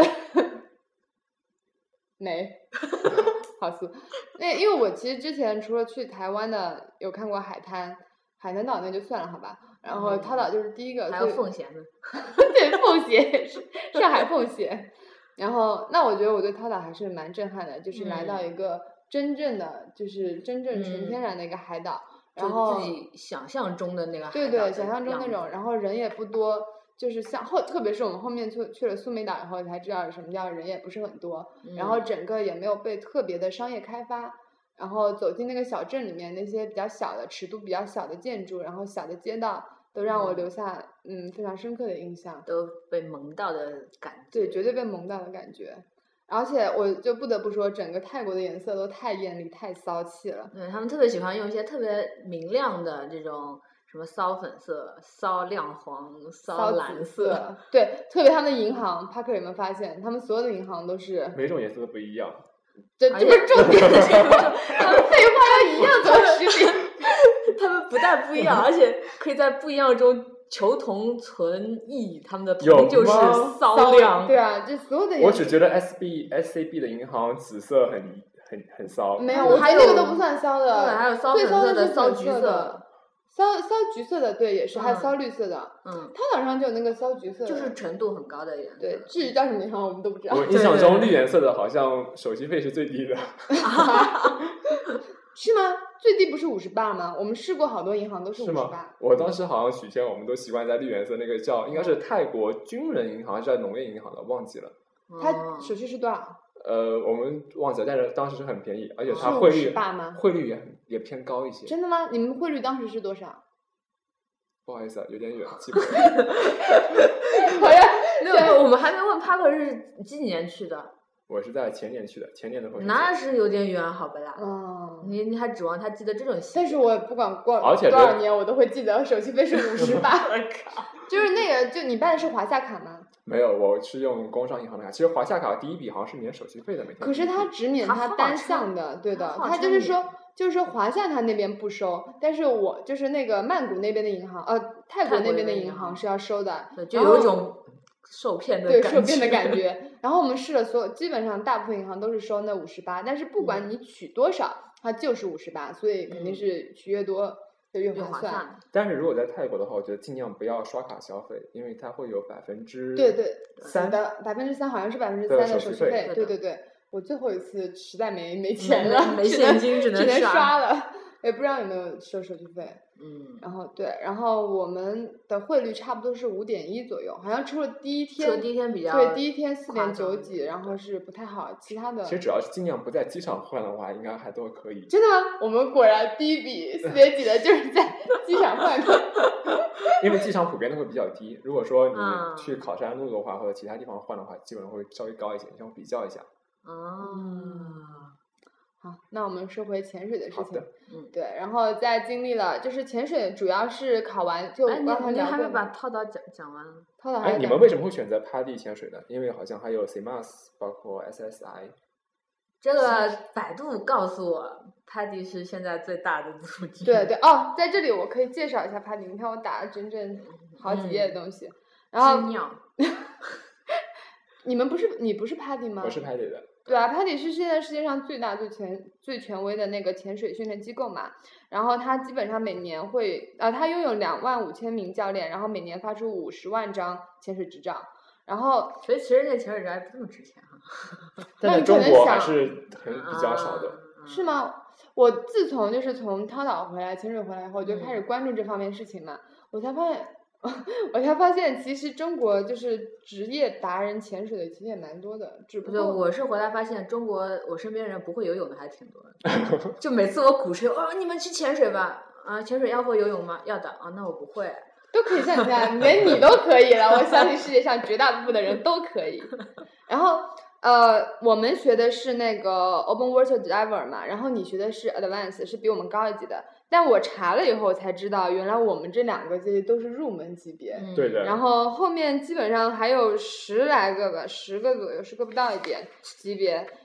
[SPEAKER 2] 没，好素。那因为我其实之前除了去台湾的，有看过海滩，海南岛那就算了好吧。然后涛岛就是第一个，
[SPEAKER 1] 还有奉贤的，
[SPEAKER 2] 对，奉贤是上海奉贤。然后那我觉得我对涛岛还是蛮震撼的，就是来到一个真正的，就是真正纯天然的一个海岛。然后
[SPEAKER 1] 自己想象中的那个海岛
[SPEAKER 2] 对对，想象中那种，
[SPEAKER 1] 子
[SPEAKER 2] 然后人也不多，就是像后，特别是我们后面去去了苏梅岛以后才知道什么叫人也不是很多，
[SPEAKER 1] 嗯、
[SPEAKER 2] 然后整个也没有被特别的商业开发，然后走进那个小镇里面，那些比较小的尺度比较小的建筑，然后小的街道，都让我留下嗯嗯非常深刻的印象，
[SPEAKER 1] 都被萌到的感觉，
[SPEAKER 2] 对，绝对被萌到的感觉。而且我就不得不说，整个泰国的颜色都太艳丽、太骚气了。
[SPEAKER 1] 对，他们特别喜欢用一些特别明亮的这种什么骚粉色、骚亮黄、骚蓝
[SPEAKER 2] 色。色对，特别他们的银行 ，Parker 有没有发现，他们所有的银行都是
[SPEAKER 3] 每种颜色都不一样。
[SPEAKER 2] 这这不是重点，他们废话要一样怎么识别？
[SPEAKER 1] 他们不但不一样，而且可以在不一样中求同存异，他们的同就是骚亮。
[SPEAKER 2] 对啊，这所有的。
[SPEAKER 3] 我只觉得 S B S C B 的银行紫色很很很骚。
[SPEAKER 2] 没有，我觉得那个都不算骚的。
[SPEAKER 1] 对，还有骚粉色的、骚橘色
[SPEAKER 2] 的。骚骚橘色的，对，也是，还有骚绿色的。
[SPEAKER 1] 嗯。
[SPEAKER 2] 它岛上就有那个骚橘色的。
[SPEAKER 1] 就是纯度很高的颜色。
[SPEAKER 2] 对，至于叫什么银行，我们都不知道。
[SPEAKER 3] 我印象中绿颜色的好像手续费是最低的。
[SPEAKER 2] 是吗？最低不是五十八吗？我们试过好多银行都是五十八。
[SPEAKER 3] 我当时好像取钱，我们都习惯在绿颜色那个叫，应该是泰国军人银行还是在农业银行的，忘记了。
[SPEAKER 2] 它手续是多少？
[SPEAKER 3] 呃，我们忘记了，但是当时是很便宜，而且它汇率
[SPEAKER 2] 吗？
[SPEAKER 3] 汇率也也偏高一些。
[SPEAKER 2] 真的吗？你们汇率当时是多少？
[SPEAKER 3] 不好意思啊，有点远，记不得。
[SPEAKER 2] 好呀，
[SPEAKER 1] 没有，我们还没问帕克是几几年去的。
[SPEAKER 3] 我是在前年去的，前年的时候。
[SPEAKER 1] 那是有点远，好不啦？
[SPEAKER 2] 嗯，
[SPEAKER 1] 你你还指望他记得这种细节？
[SPEAKER 2] 但是我不管过
[SPEAKER 3] 而且
[SPEAKER 2] 多少年，我都会记得手续费是五十八。就是那个，就你办的是华夏卡吗？
[SPEAKER 3] 没有，我是用工商银行的卡。其实华夏卡第一笔好像是免手续费的，每天。
[SPEAKER 2] 可是它只免它单项的，对的。它就是说，就是说华夏它那边不收，但是我就是那个曼谷那边的银行，呃，泰国那边的银行是要收的，
[SPEAKER 1] 就有一种受骗的
[SPEAKER 2] 对受骗的感觉。然后我们试了所有，基本上大部分银行都是收那五十八，但是不管你取多少，它就是五十八，所以肯定是取越多就越划算。
[SPEAKER 3] 但是如果在泰国的话，我觉得尽量不要刷卡消费，因为它会有百分之
[SPEAKER 2] 对对
[SPEAKER 3] 三
[SPEAKER 2] 的百分之三，好像是百分之三的手续费。对对对，我最后一次实在没没钱了，
[SPEAKER 1] 没现金
[SPEAKER 2] 只
[SPEAKER 1] 能
[SPEAKER 2] 只能刷了。也不知道有没有收手续费，
[SPEAKER 1] 嗯，
[SPEAKER 2] 然后对，然后我们的汇率差不多是五点一左右，好像除了第一天，
[SPEAKER 1] 除了第一天比较
[SPEAKER 2] 对，第一天四点九几，然后是不太好，其他的
[SPEAKER 3] 其实只要是尽量不在机场换的话，应该还都可以。
[SPEAKER 2] 真的吗？我们果然第一笔四点几的就是在机场换的，
[SPEAKER 3] 因为机场普遍都会比较低。如果说你
[SPEAKER 1] 嗯
[SPEAKER 3] 去考山路的话，或者其他地方换的话，基本上会稍微高一些，相互比较一下。
[SPEAKER 1] 哦。
[SPEAKER 2] 好，那我们说回潜水的事情。
[SPEAKER 3] 好的，
[SPEAKER 2] 嗯，对，然后再经历了，就是潜水主要是考完就刚才
[SPEAKER 1] 你
[SPEAKER 2] 聊过，
[SPEAKER 1] 还没把套岛讲讲完。
[SPEAKER 2] 套岛还
[SPEAKER 3] 哎，你们为什么会选择趴地潜水呢？因为好像还有 C M A S， 包括 S S I。
[SPEAKER 1] 这个百度告诉我，趴地是现在最大的陆基。
[SPEAKER 2] 对对哦，在这里我可以介绍一下趴地，你看我打了整整好几页的东西，嗯、然后你们不是你不是趴地吗？
[SPEAKER 3] 我是趴地的。
[SPEAKER 2] 对啊，趴地是现在世界上最大、最权、最权威的那个潜水训练机构嘛。然后它基本上每年会，呃，它拥有两万五千名教练，然后每年发出五十万张潜水执照。然后，
[SPEAKER 1] 所以其实那潜水执照还不这么值钱哈。
[SPEAKER 3] 但在中国还是很比较少的。
[SPEAKER 1] 啊、
[SPEAKER 2] 是吗？我自从就是从涛岛回来潜水回来以后，就开始关注这方面事情嘛，嗯、我才发现。我才发现，其实中国就是职业达人潜水的，其实也蛮多的。只不过
[SPEAKER 1] 我是回来发现，中国我身边人不会游泳的还挺多的。就每次我鼓吹，哦，你们去潜水吧，啊，潜水要会游泳吗？要的啊，那我不会。
[SPEAKER 2] 都可以像你这样，连你都可以了。我相信世界上绝大部分的人都可以。然后，呃，我们学的是那个 Open Water Diver 嘛，然后你学的是 Advanced， 是比我们高一级的。但我查了以后才知道，原来我们这两个阶都是入门级别。
[SPEAKER 1] 嗯、
[SPEAKER 3] 对的。
[SPEAKER 2] 然后后面基本上还有十来个吧，十个左右，十个不到一点级别。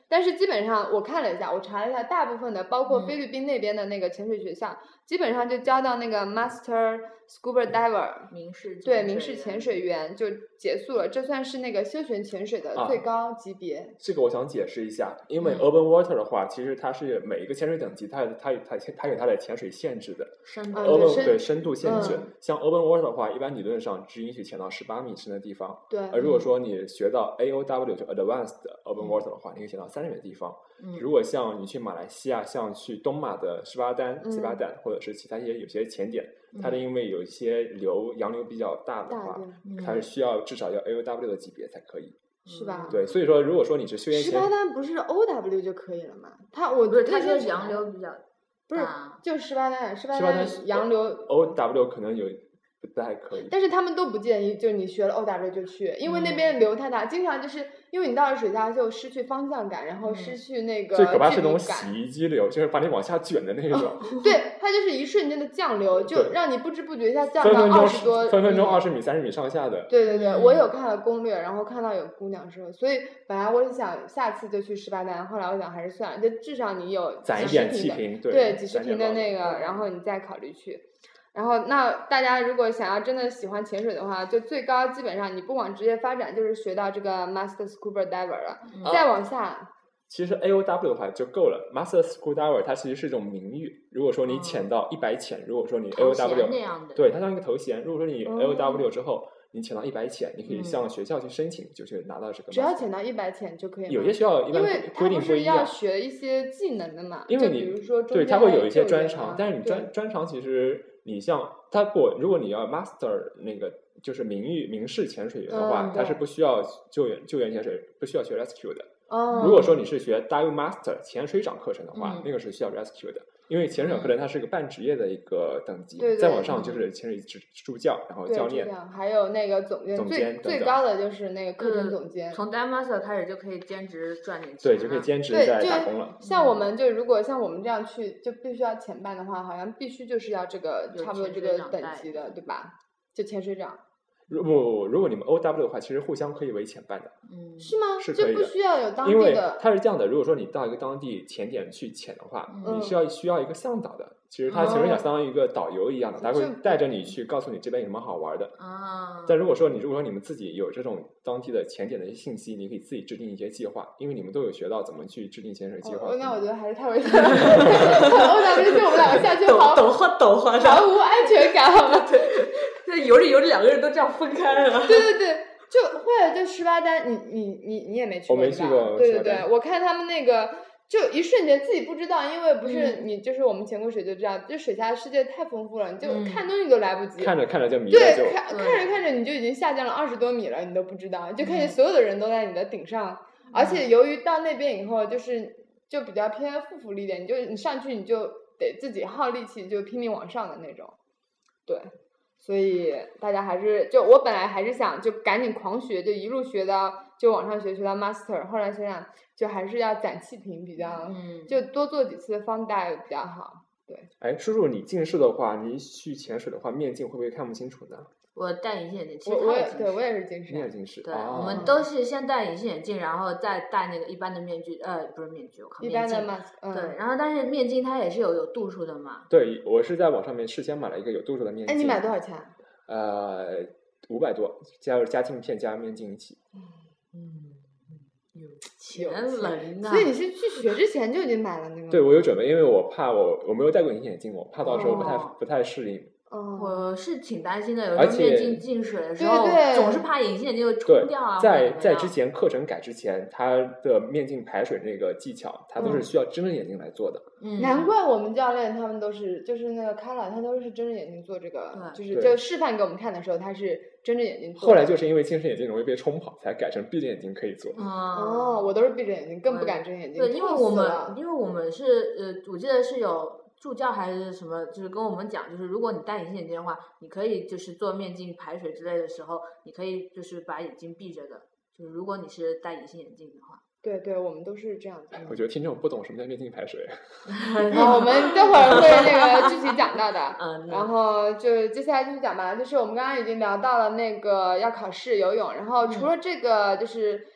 [SPEAKER 2] 但是基本上我看了一下，我查了一下，大部分的包括
[SPEAKER 1] 嗯
[SPEAKER 2] 菲律宾那边的那个潜水学校，嗯、基本上就教到那个 Master Scuba Diver，
[SPEAKER 1] 民事
[SPEAKER 2] 对民事潜水员就结束了，这算是那个休闲潜水的最高级别。啊、
[SPEAKER 3] 这个我想解释一下，因为 Open Water 的话，嗯、其实它是每一个潜水等级，它它它它有它的潜水限制的。
[SPEAKER 1] 深度、
[SPEAKER 2] 嗯、
[SPEAKER 3] Open 对深度限制，
[SPEAKER 2] 嗯、
[SPEAKER 3] 像 Open Water 的话，一般理论上只允许潜到十八米深的地方。
[SPEAKER 2] 对。
[SPEAKER 3] 而如果说你学到 A O W 就 Advanced Open Water 的话，嗯、你可以潜到三十米的地方。
[SPEAKER 1] 嗯。
[SPEAKER 3] 如果像你去马来西亚，像去东马的士巴丹、吉巴丹，嗯、或者是其他一些有些潜点，嗯、它的因为有一些流洋流比较大的话，
[SPEAKER 2] 嗯、
[SPEAKER 3] 它是需要至少要 A O W 的级别才可以。
[SPEAKER 2] 是吧？
[SPEAKER 3] 对，所以说如果说你是休闲潜，
[SPEAKER 2] 士巴丹不是 O W 就可以了吗？它我
[SPEAKER 1] 不是，它就是洋流比较大，
[SPEAKER 2] 不是就士巴丹，士巴
[SPEAKER 3] 丹
[SPEAKER 2] 洋流
[SPEAKER 3] O W 可能有。不太可以，
[SPEAKER 2] 但是他们都不建议，就你学了 O W 就去，因为那边流太大，嗯、经常就是因为你到了水下就失去方向感，然后失去那个、
[SPEAKER 3] 嗯、最可怕是那种洗衣机流，就是把你往下卷的那种。
[SPEAKER 2] 对，它就是一瞬间的降流，就让你不知不觉一下降到二十多，
[SPEAKER 3] 分分钟二十米、三十米上下的。
[SPEAKER 2] 对对对，我有看了攻略，然后看到有姑娘说，所以本来我是想下次就去士巴丹，后来我想还是算了，就至少你有
[SPEAKER 3] 攒一点气
[SPEAKER 2] 瓶
[SPEAKER 3] 对，
[SPEAKER 2] 对几十瓶的那个，然后你再考虑去。然后，那大家如果想要真的喜欢潜水的话，就最高基本上你不往职业发展，就是学到这个 Master Scuba Diver 了，嗯、再往下。
[SPEAKER 3] 其实 A O W 的话就够了 ，Master Scuba Diver 它其实是一种名誉。如果说你潜到一百潜，如果说你 A O W
[SPEAKER 1] 那样的，
[SPEAKER 3] 对，它像一个头衔。如果说你 A O W 之后，嗯、你潜到一百潜，你可以向学校去申请，就去拿到这个。
[SPEAKER 2] 只要潜到一百潜就可以吗？
[SPEAKER 3] 有些学校一般规定不一样。
[SPEAKER 2] 因为它不是要学一些技能的嘛？
[SPEAKER 3] 因为你
[SPEAKER 2] 比如说
[SPEAKER 3] 对它会有一些专长，但是你专专长其实。你像他不，如果你要 master 那个就是名誉民事潜水员的话，
[SPEAKER 2] 嗯、
[SPEAKER 3] 他是不需要救援救援潜水，不需要学 rescue 的。
[SPEAKER 2] 哦。
[SPEAKER 3] 如果说你是学 dive master 潜水长课程的话，
[SPEAKER 1] 嗯、
[SPEAKER 3] 那个是需要 rescue 的，因为潜水长课程它是个半职业的一个等级，
[SPEAKER 2] 嗯、
[SPEAKER 3] 再往上就是潜水助教，然后教练，
[SPEAKER 2] 还有那个总监，
[SPEAKER 3] 总监
[SPEAKER 2] 最最高的就是那个课程总监。
[SPEAKER 1] 嗯、从 dive master 开始就可以兼职赚点钱。
[SPEAKER 3] 对，就可以兼职在打工了。
[SPEAKER 2] 像我们就如果像我们这样去，就必须要潜办的话，好像必须就是要这个差不多这个等级的，对吧？就潜水长。
[SPEAKER 3] 如不，如果你们 O W 的话，其实互相可以为潜办的，
[SPEAKER 2] 嗯，是吗？
[SPEAKER 3] 是可以的，
[SPEAKER 2] 就不需要有当地的。
[SPEAKER 3] 因为它是这样的，如果说你到一个当地潜点去潜的话，
[SPEAKER 2] 嗯、
[SPEAKER 3] 你是要需要一个向导的。其实他潜水长相当于一个导游一样的，他、哦、会带着你去告诉你这边有什么好玩的。
[SPEAKER 1] 啊。
[SPEAKER 3] 但如果说你如果说你们自己有这种当地的潜点的一些信息，你可以自己制定一些计划，因为你们都有学到怎么去制定潜水计划。
[SPEAKER 2] 哦、那我觉得还是太危险了。O W 就我们两个下去好
[SPEAKER 1] 抖晃抖晃，
[SPEAKER 2] 毫无安全感，好吗？
[SPEAKER 1] 对，那游着游着两个人都这样分开了。
[SPEAKER 2] 对对对，就或者就士巴丹，你你你你也没去过，
[SPEAKER 3] 我没去过。
[SPEAKER 2] 对对对，我看他们那个。就一瞬间自己不知道，因为不是你就是我们潜过水就知道，就水下世界太丰富了，你就看东西都来不及，
[SPEAKER 3] 嗯、看着看着就迷了，
[SPEAKER 2] 对，看看着看着你就已经下降了二十多米了，你都不知道，就看见所有的人都在你的顶上，嗯、而且由于到那边以后就是就比较偏负浮力一点，你就你上去你就得自己耗力气，就拼命往上的那种，对。所以大家还是就我本来还是想就赶紧狂学，就一路学到就往上学学到 master， 后来想想就还是要攒气瓶比较，
[SPEAKER 1] 嗯，
[SPEAKER 2] 就多做几次 fun dive 比较好。对，
[SPEAKER 3] 哎，叔叔，你近视的话，你去潜水的话，面镜会不会看不清楚呢？
[SPEAKER 1] 我戴隐形眼镜，其实
[SPEAKER 2] 我我也对我也是近视，
[SPEAKER 3] 你也近视，
[SPEAKER 1] 对、
[SPEAKER 3] 哦，
[SPEAKER 1] 我们都是先戴隐形眼镜，然后再戴那个一般的面具，呃，不是面具，我靠，
[SPEAKER 2] 一般的
[SPEAKER 1] mask，、
[SPEAKER 2] 嗯、
[SPEAKER 1] 对，然后但是面镜它也是有有度数的嘛。
[SPEAKER 3] 对，我是在网上面事先买了一个有度数的面镜。
[SPEAKER 2] 哎，你买多少钱？
[SPEAKER 3] 呃，五百多，加加镜片加面镜一起。
[SPEAKER 1] 嗯，有钱人呐！
[SPEAKER 2] 所以你是去学之前就已经买了那个？
[SPEAKER 3] 对，我有准备，因为我怕我我没有戴过隐形眼镜，我怕到时候不太、
[SPEAKER 1] 哦、
[SPEAKER 3] 不太适应。
[SPEAKER 2] 哦，
[SPEAKER 1] 我是挺担心的，有时候面镜进水的时候，
[SPEAKER 2] 对对
[SPEAKER 1] 总是怕隐形眼镜会冲掉啊。
[SPEAKER 3] 在在之前课程改之前，它的面镜排水那个技巧，它都是需要真人眼镜来做的。
[SPEAKER 2] 嗯，难怪我们教练他们都是，就是那个卡拉，他都是睁着眼睛做这个，就是就示范给我们看的时候，他是睁着眼睛做。
[SPEAKER 3] 后来就是因为近视眼镜容易被冲跑，才改成闭着眼睛可以做。
[SPEAKER 2] 哦，我都是闭着眼睛，更不敢睁眼睛。
[SPEAKER 1] 对，因为我们因为我们是呃，我记得是有。助教还是什么，就是跟我们讲，就是如果你戴隐形眼镜的话，你可以就是做面镜排水之类的时候，你可以就是把眼睛闭着的。就是如果你是戴隐形眼镜的话，
[SPEAKER 2] 对对，我们都是这样子。
[SPEAKER 3] 我觉得听众不懂什么叫面镜排水。
[SPEAKER 2] 好，我们待会儿会那个具体讲到的。
[SPEAKER 1] 嗯。
[SPEAKER 2] 然后就接下来继续讲吧，就是我们刚刚已经聊到了那个要考试游泳，然后除了这个就是。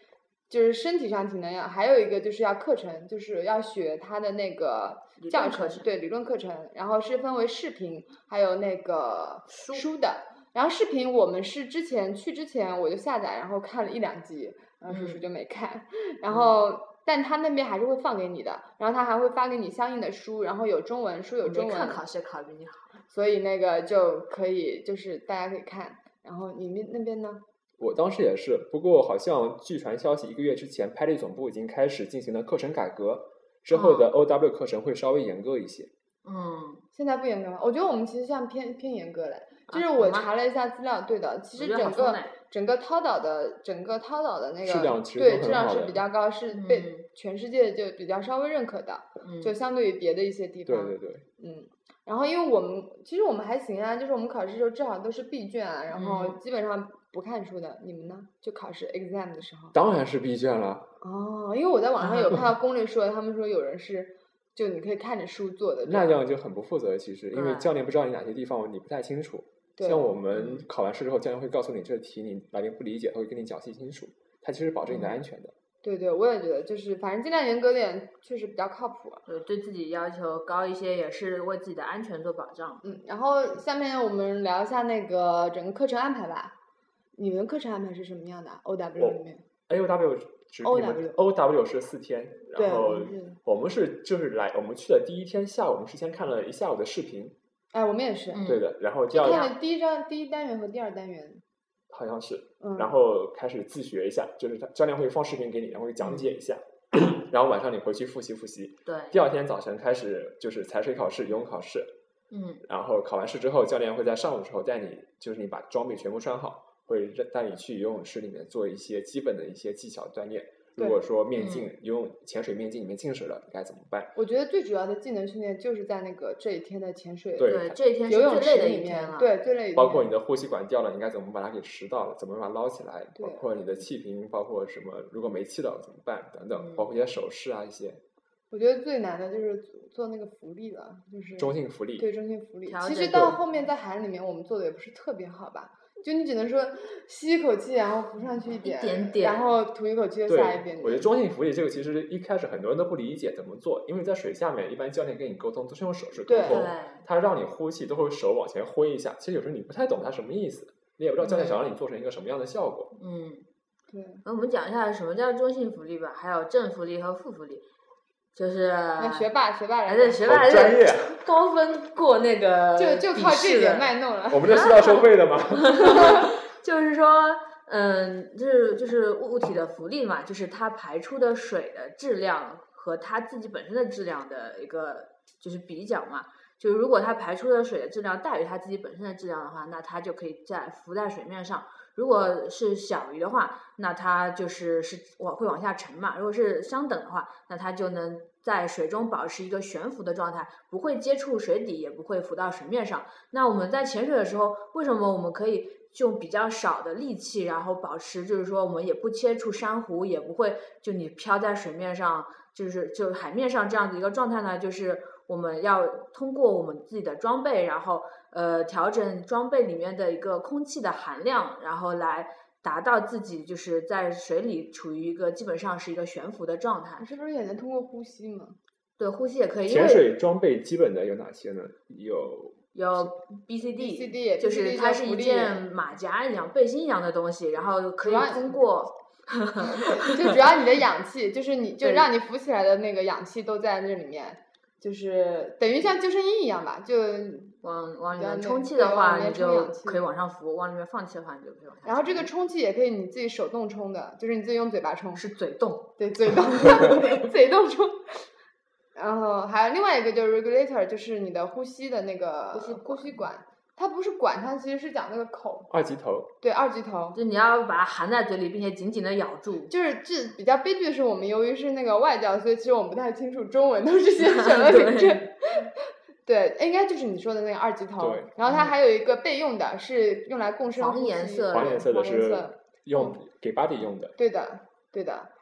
[SPEAKER 2] 就是身体上体能要，还有一个就是要课程，就是要学它的那个教程，对理论课程，然后是分为视频还有那个书书的。然后视频我们是之前去之前我就下载，然后看了一两集，然后叔叔就没看，嗯、然后。嗯但他那边还是会放给你的，然后他还会发给你相应的书，然后有中文书有中文。
[SPEAKER 1] 看考试考比你好，
[SPEAKER 2] 所以那个就可以，就是大家可以看。然后你们那边呢？
[SPEAKER 3] 我当时也是，不过好像据传消息，一个月之前，拍立总部已经开始进行了课程改革，之后的 O W 课程会稍微严格一些。
[SPEAKER 1] 嗯，
[SPEAKER 2] 现在不严格吗？我觉得我们其实像偏偏严格嘞。就是我查了一下资料，对的，其实整个整个涛岛的整个涛岛的那个
[SPEAKER 3] 质量其实
[SPEAKER 2] 对质量是比较高，是被全世界就比较稍微认可的，
[SPEAKER 1] 嗯、
[SPEAKER 2] 就相对于别的一些地方。
[SPEAKER 3] 对对对，
[SPEAKER 2] 嗯。然后因为我们其实我们还行啊，就是我们考试的时候正好都是闭卷啊，然后基本上不看书的。你们呢？就考试 exam 的时候？
[SPEAKER 3] 当然是闭卷了。
[SPEAKER 2] 哦，因为我在网上有看到攻略说，他们说有人是就你可以看着书做的。
[SPEAKER 3] 那样就很不负责，其实因为教练不知道你哪些地方你不太清楚。像我们考完试之后，教练会告诉你这题你哪边不理解，他会跟你讲细清楚。他其实保证你的安全的。
[SPEAKER 2] 对对，我也觉得，就是反正尽量严格点，确实比较靠谱。
[SPEAKER 1] 对，对自己要求高一些，也是为自己的安全做保障。
[SPEAKER 2] 嗯，然后下面我们聊一下那个整个课程安排吧。你们课程安排是什么样的 ？O W 里面
[SPEAKER 3] ？A O W 是
[SPEAKER 2] O W
[SPEAKER 3] O W 是四天，然后我们是就是来我们去的第一天下午，我们事先看了一下午的视频。
[SPEAKER 2] 哎，我们也是。
[SPEAKER 3] 对的，然后第二
[SPEAKER 2] 看了第一章第一单元和第二单元。
[SPEAKER 3] 好像是，
[SPEAKER 2] 嗯、
[SPEAKER 3] 然后开始自学一下，就是他教练会放视频给你，然后会讲解一下，嗯、然后晚上你回去复习复习。
[SPEAKER 1] 对。
[SPEAKER 3] 第二天早晨开始就是踩水考试、游泳考试。
[SPEAKER 1] 嗯。
[SPEAKER 3] 然后考完试之后，教练会在上午的时候带你，就是你把装备全部穿好，会带你去游泳池里面做一些基本的一些技巧锻炼。如果说面镜、嗯、游泳潜水面镜里面进水了，你该怎么办？
[SPEAKER 2] 我觉得最主要的技能训练就是在那个这一天的潜水，
[SPEAKER 3] 对，
[SPEAKER 1] 这一天是
[SPEAKER 2] 游泳
[SPEAKER 1] 最累的一天了，
[SPEAKER 2] 对，最累的一天。
[SPEAKER 3] 包括你的呼吸管掉了，你该怎么把它给拾到了？怎么把它捞起来？
[SPEAKER 2] 包
[SPEAKER 3] 括你的气瓶，包括什么？如果没气了怎么办？等等，包括一些手势啊一些。
[SPEAKER 2] 我觉得最难的就是做那个浮力了，就是
[SPEAKER 3] 中性浮力。
[SPEAKER 2] 对，中性浮力。其实到后面在海里面，我们做的也不是特别好吧。就你只能说吸一口气，然后浮上去一点，
[SPEAKER 1] 一点点
[SPEAKER 2] 然后吐一口气又下一点点。
[SPEAKER 3] 我觉得中性浮力这个其实一开始很多人都不理解怎么做，因为在水下面，一般教练跟你沟通都是用手势沟通，他让你呼气都会手往前挥一下。其实有时候你不太懂他什么意思，你也不知道教练想让你做成一个什么样的效果。
[SPEAKER 1] 嗯，
[SPEAKER 2] 对。
[SPEAKER 1] 那我们讲一下什么叫中性浮力吧，还有正浮力和负浮力。就是
[SPEAKER 2] 学霸，学霸来
[SPEAKER 1] 着，学霸
[SPEAKER 3] 专业，
[SPEAKER 1] 高分过那个，
[SPEAKER 2] 就就靠这点卖弄了。
[SPEAKER 3] 我们这是要收费的吗？
[SPEAKER 1] 就是说，嗯，就是就是物体的浮力嘛，就是它排出的水的质量和它自己本身的质量的一个就是比较嘛。就是如果它排出的水的质量大于它自己本身的质量的话，那它就可以在浮在水面上。如果是小于的话，那它就是是往会往下沉嘛。如果是相等的话，那它就能在水中保持一个悬浮的状态，不会接触水底，也不会浮到水面上。那我们在潜水的时候，为什么我们可以用比较少的力气，然后保持就是说我们也不接触珊瑚，也不会就你漂在水面上，就是就海面上这样的一个状态呢？就是我们要通过我们自己的装备，然后呃调整装备里面的一个空气的含量，然后来达到自己就是在水里处于一个基本上是一个悬浮的状态。
[SPEAKER 2] 是不是也能通过呼吸嘛？
[SPEAKER 1] 对，呼吸也可以。
[SPEAKER 3] 潜水装备基本的有哪些呢？有
[SPEAKER 1] 有 B C D，
[SPEAKER 2] B C D
[SPEAKER 1] 就是它是一件马甲一样、背心一样的东西，然后可以通过。
[SPEAKER 2] 就主要你的氧气，就是你就让你浮起来的那个氧气都在这里面。就是等于像救生衣一样吧，就
[SPEAKER 1] 往往里面充气的话，你就可以往上浮；往里面放气的话，你就可以往下。
[SPEAKER 2] 然后这个充气也可以你自己手动充的，就是你自己用嘴巴充。
[SPEAKER 1] 是嘴动，
[SPEAKER 2] 对，嘴动，嘴动充。然后还有另外一个就是 regulator， 就是你的呼吸的那个
[SPEAKER 1] 呼吸
[SPEAKER 2] 呼吸管。它不是管，它其实是讲那个口。
[SPEAKER 3] 二级头。
[SPEAKER 2] 对，二级头。
[SPEAKER 1] 就你要把它含在嘴里，并且紧紧的咬住。
[SPEAKER 2] 就是这比较悲剧的是，我们由于是那个外教，所以其实我们不太清楚中文都是些什么名称。对，应该就是你说的那个二级头。然后它还有一个备用的，是用来共生呼吸。
[SPEAKER 1] 黄颜色。
[SPEAKER 3] 黄颜色的是用给 body 用的。
[SPEAKER 2] 对的，对的。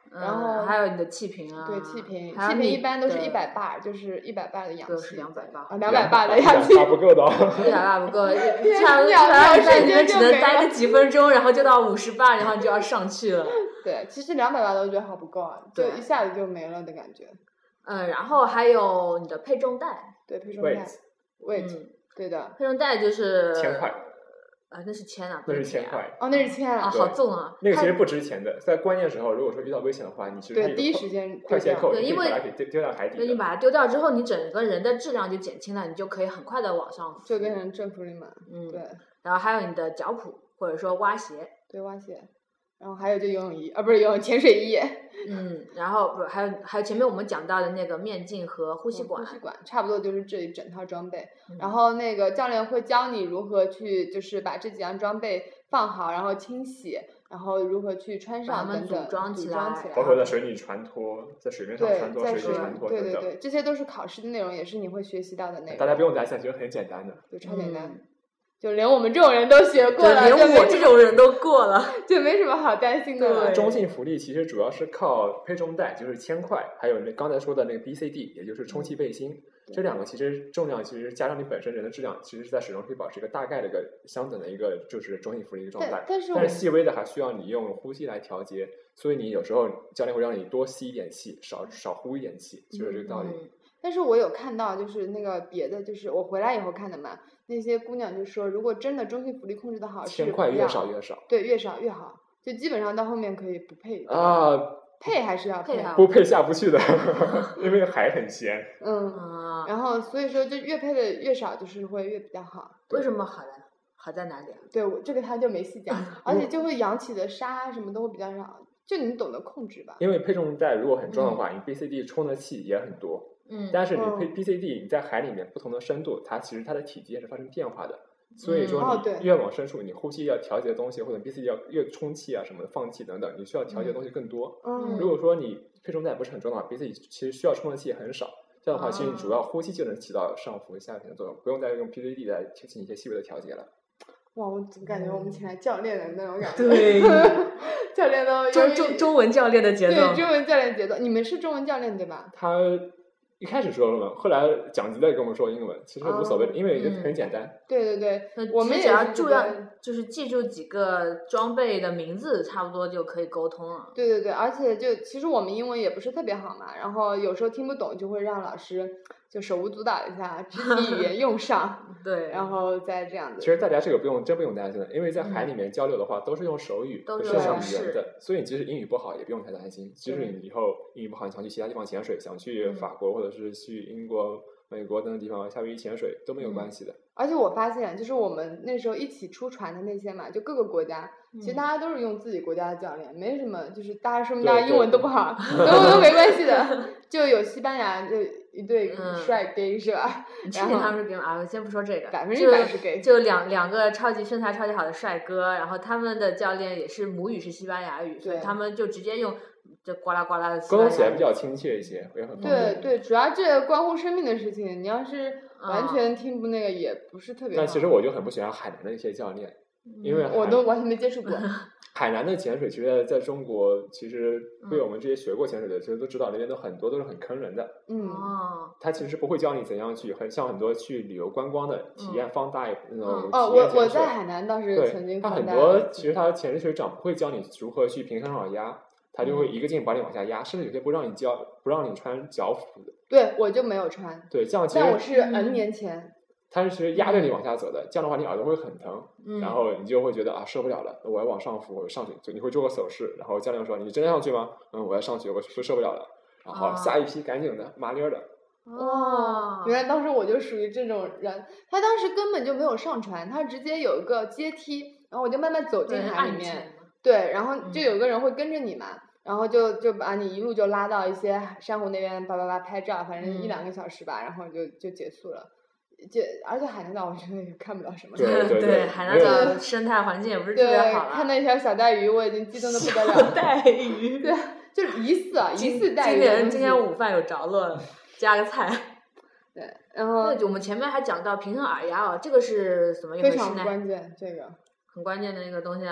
[SPEAKER 2] 然后
[SPEAKER 1] 还有你的气瓶啊，
[SPEAKER 2] 对气瓶，
[SPEAKER 1] 气
[SPEAKER 2] 瓶一般都是一百巴，就是一百巴的氧气，
[SPEAKER 1] 是两百巴，
[SPEAKER 2] 啊，两百巴的氧气，
[SPEAKER 3] 一百巴不够的，
[SPEAKER 1] 一百巴不够，差不多在里面只能待个几分钟，然后就到五十巴，然后就要上去了。
[SPEAKER 2] 对，其实两百巴都觉得好不够啊，就一下子就没了的感觉。
[SPEAKER 1] 嗯，然后还有你的配重带，
[SPEAKER 2] 对，配重带 ，weight，、嗯、对的，
[SPEAKER 1] 配重带就是
[SPEAKER 3] 千块。
[SPEAKER 1] 啊，那是铅啊，
[SPEAKER 3] 那是千块
[SPEAKER 2] 哦，那是铅
[SPEAKER 1] 啊，好重啊！
[SPEAKER 3] 那个其实不值钱的，在关键时候，如果说遇到危险的话，你其实
[SPEAKER 2] 对第一时间
[SPEAKER 3] 快线扣，
[SPEAKER 1] 对，因为
[SPEAKER 3] 把它给丢丢到海底。
[SPEAKER 1] 对，你把它丢掉之后，你整个人的质量就减轻了，你就可以很快的往上浮，
[SPEAKER 2] 就变成正负力嘛。
[SPEAKER 1] 嗯，
[SPEAKER 2] 对。
[SPEAKER 1] 然后还有你的脚蹼或者说蛙鞋，
[SPEAKER 2] 对蛙鞋，然后还有就游泳衣啊，不是游泳潜水衣。
[SPEAKER 1] 嗯，然后不还有还有前面我们讲到的那个面镜和呼吸管，
[SPEAKER 2] 呼吸管差不多就是这一整套装备。
[SPEAKER 1] 嗯、
[SPEAKER 2] 然后那个教练会教你如何去，就是把这几样装备放好，然后清洗，然后如何去穿上等等，
[SPEAKER 1] 组装起来，
[SPEAKER 3] 包括在水里船脱，在水面上穿脱，水里穿脱
[SPEAKER 2] 对对对对，这些都是考试的内容，也是你会学习到的内容。
[SPEAKER 3] 大家不用担心，其实很简单的，
[SPEAKER 2] 就超简单。嗯，就连我们这种人都学过了，
[SPEAKER 1] 连我这种人都过了，
[SPEAKER 2] 就没什么好担心的了。
[SPEAKER 3] 中性浮力其实主要是靠配重带，就是铅块，还有那刚才说的那个 B C D， 也就是充气背心，嗯、这两个其实重量其实加上你本身人的质量，其实是在水中可以保持一个大概的一个相等的一个就是中性浮力的状态。
[SPEAKER 2] 但是
[SPEAKER 3] 但是细微的还需要你用呼吸来调节，所以你有时候教练会让你多吸一点气，少少呼一点气，就是这个道理。
[SPEAKER 2] 嗯，但是我有看到，就是那个别的，就是我回来以后看的嘛，那些姑娘就说，如果真的中性浮力控制的好，
[SPEAKER 3] 铅块越少越少，
[SPEAKER 2] 对，越少越好，就基本上到后面可以不配
[SPEAKER 3] 啊，
[SPEAKER 2] 配还是要配，
[SPEAKER 3] 不配下不去的，因为海很咸。
[SPEAKER 2] 嗯，然后所以说就越配的越少，就是会越比较好。
[SPEAKER 1] 为什么好在好在哪里啊？
[SPEAKER 2] 对，我这个他就没细讲，而且就会扬起的沙什么都会比较少，就你懂得控制吧。
[SPEAKER 3] 因为配重带如果很重的话，嗯、你 B C D 充的气也很多。
[SPEAKER 1] 嗯，
[SPEAKER 3] 但是你配 B C D， 你在海里面不同的深度，它其实它的体积也是发生变化的。所以说你越往深处，你呼吸要调节的东西，或者 B C D 要越充气啊什么的，放气等等，你需要调节的东西更多。
[SPEAKER 2] 嗯，
[SPEAKER 3] 如果说你配重带不是很重的话 ，B C D 其实需要充的气很少。这样的话，其实你主要呼吸就能起到上浮和下潜的作用，不用再用 B C D 来进行一些细微的调节了。
[SPEAKER 2] 哇，我怎么感觉我们请来教练的那种感觉？
[SPEAKER 1] 对，
[SPEAKER 2] 教练都
[SPEAKER 1] 中中中文教练的节奏，
[SPEAKER 2] 对，中文教练节奏。你们是中文教练对吧？
[SPEAKER 3] 他一开始说英文，后来讲级在跟我们说英文，其实无所谓，因为很简单。
[SPEAKER 2] 嗯、对对对，我们
[SPEAKER 1] 只要注要就是记住几个装备的名字，差不多就可以沟通了。
[SPEAKER 2] 对对对，而且就其实我们英文也不是特别好嘛，然后有时候听不懂，就会让老师就手舞足蹈一下，肢体语言用上，
[SPEAKER 1] 对，
[SPEAKER 2] 然后再这样子。
[SPEAKER 3] 其实大家这个不用真不用担心的，因为在海里面交流的话，嗯、都是用手语，
[SPEAKER 1] 都
[SPEAKER 3] 是用语言的，所以你即使英语不好也不用太担心。即使你以后英语不好，你想去其他地方潜水，想去法国或者是去英国、美国等等地方夏威夷潜水都没有关系的。
[SPEAKER 2] 嗯、而且我发现，就是我们那时候一起出船的那些嘛，就各个国家，
[SPEAKER 1] 嗯、
[SPEAKER 2] 其实大家都是用自己国家的教练，没什么，就是大家说明大家英文都不好，都都没关系的。就有西班牙就一对帅 gay、嗯、是吧？
[SPEAKER 1] 你确定他们是 gay 啊？先不说这个，
[SPEAKER 2] 百分之百是 gay，
[SPEAKER 1] 就两两个超级身材超级好的帅哥，然后他们的教练也是母语是西班牙语，所以他们就直接用就呱啦呱啦的西班牙语，
[SPEAKER 3] 沟通起来比较亲切一些，也很方
[SPEAKER 2] 便。对对，主要这关乎生命的事情，你要是完全听不那个，也不是特别好。
[SPEAKER 3] 但其实我就很不喜欢海南的一些教练，因为
[SPEAKER 2] 我都完全没接触过。
[SPEAKER 3] 海南的潜水其实在中国，其实被我们这些学过潜水的，其实都知道那边都很多都是很坑人的。
[SPEAKER 2] 嗯，
[SPEAKER 3] 他其实不会教你怎样去，很像很多去旅游观光的体验放大那种。
[SPEAKER 2] 哦，我我在海南倒是曾经
[SPEAKER 3] 他很多其实他潜水水长不会教你如何去平衡耳压，他就会一个劲把你往下压，甚至有些不让你教不让你穿脚蹼的。
[SPEAKER 2] 对，我就没有穿。
[SPEAKER 3] 对，这样其实
[SPEAKER 2] 但我是 N 年前。
[SPEAKER 3] 它是其实压着你往下走的，嗯、这样的话你耳朵会很疼，
[SPEAKER 1] 嗯、
[SPEAKER 3] 然后你就会觉得啊受不了了，我要往上浮，我上去，就你会做个手势，然后教练说你真的上去吗？嗯，我要上去，我是受不了了，然后下一批赶紧的麻利儿的。
[SPEAKER 2] 哦，原来当时我就属于这种人，他当时根本就没有上船，他直接有一个阶梯，然后我就慢慢走进海里面，对，然后就有个人会跟着你嘛。嗯然后就就把你一路就拉到一些珊瑚那边叭叭叭拍照，反正一两个小时吧，嗯、然后就就结束了。就而且海南岛我觉得也看不到什么。
[SPEAKER 3] 对对
[SPEAKER 1] 对, 对海南岛的生态环境也不是特别好了。
[SPEAKER 2] 看那条小带鱼，我已经激动的不得了。
[SPEAKER 1] 带鱼。
[SPEAKER 2] 对，就是疑似啊，疑似带鱼。
[SPEAKER 1] 今天今天午饭有着落了，加个菜。
[SPEAKER 2] 对，然后
[SPEAKER 1] 那我们前面还讲到平衡耳压哦，这个是什么一回事呢？
[SPEAKER 2] 非常关键，这个
[SPEAKER 1] 很关键的一个东西啊。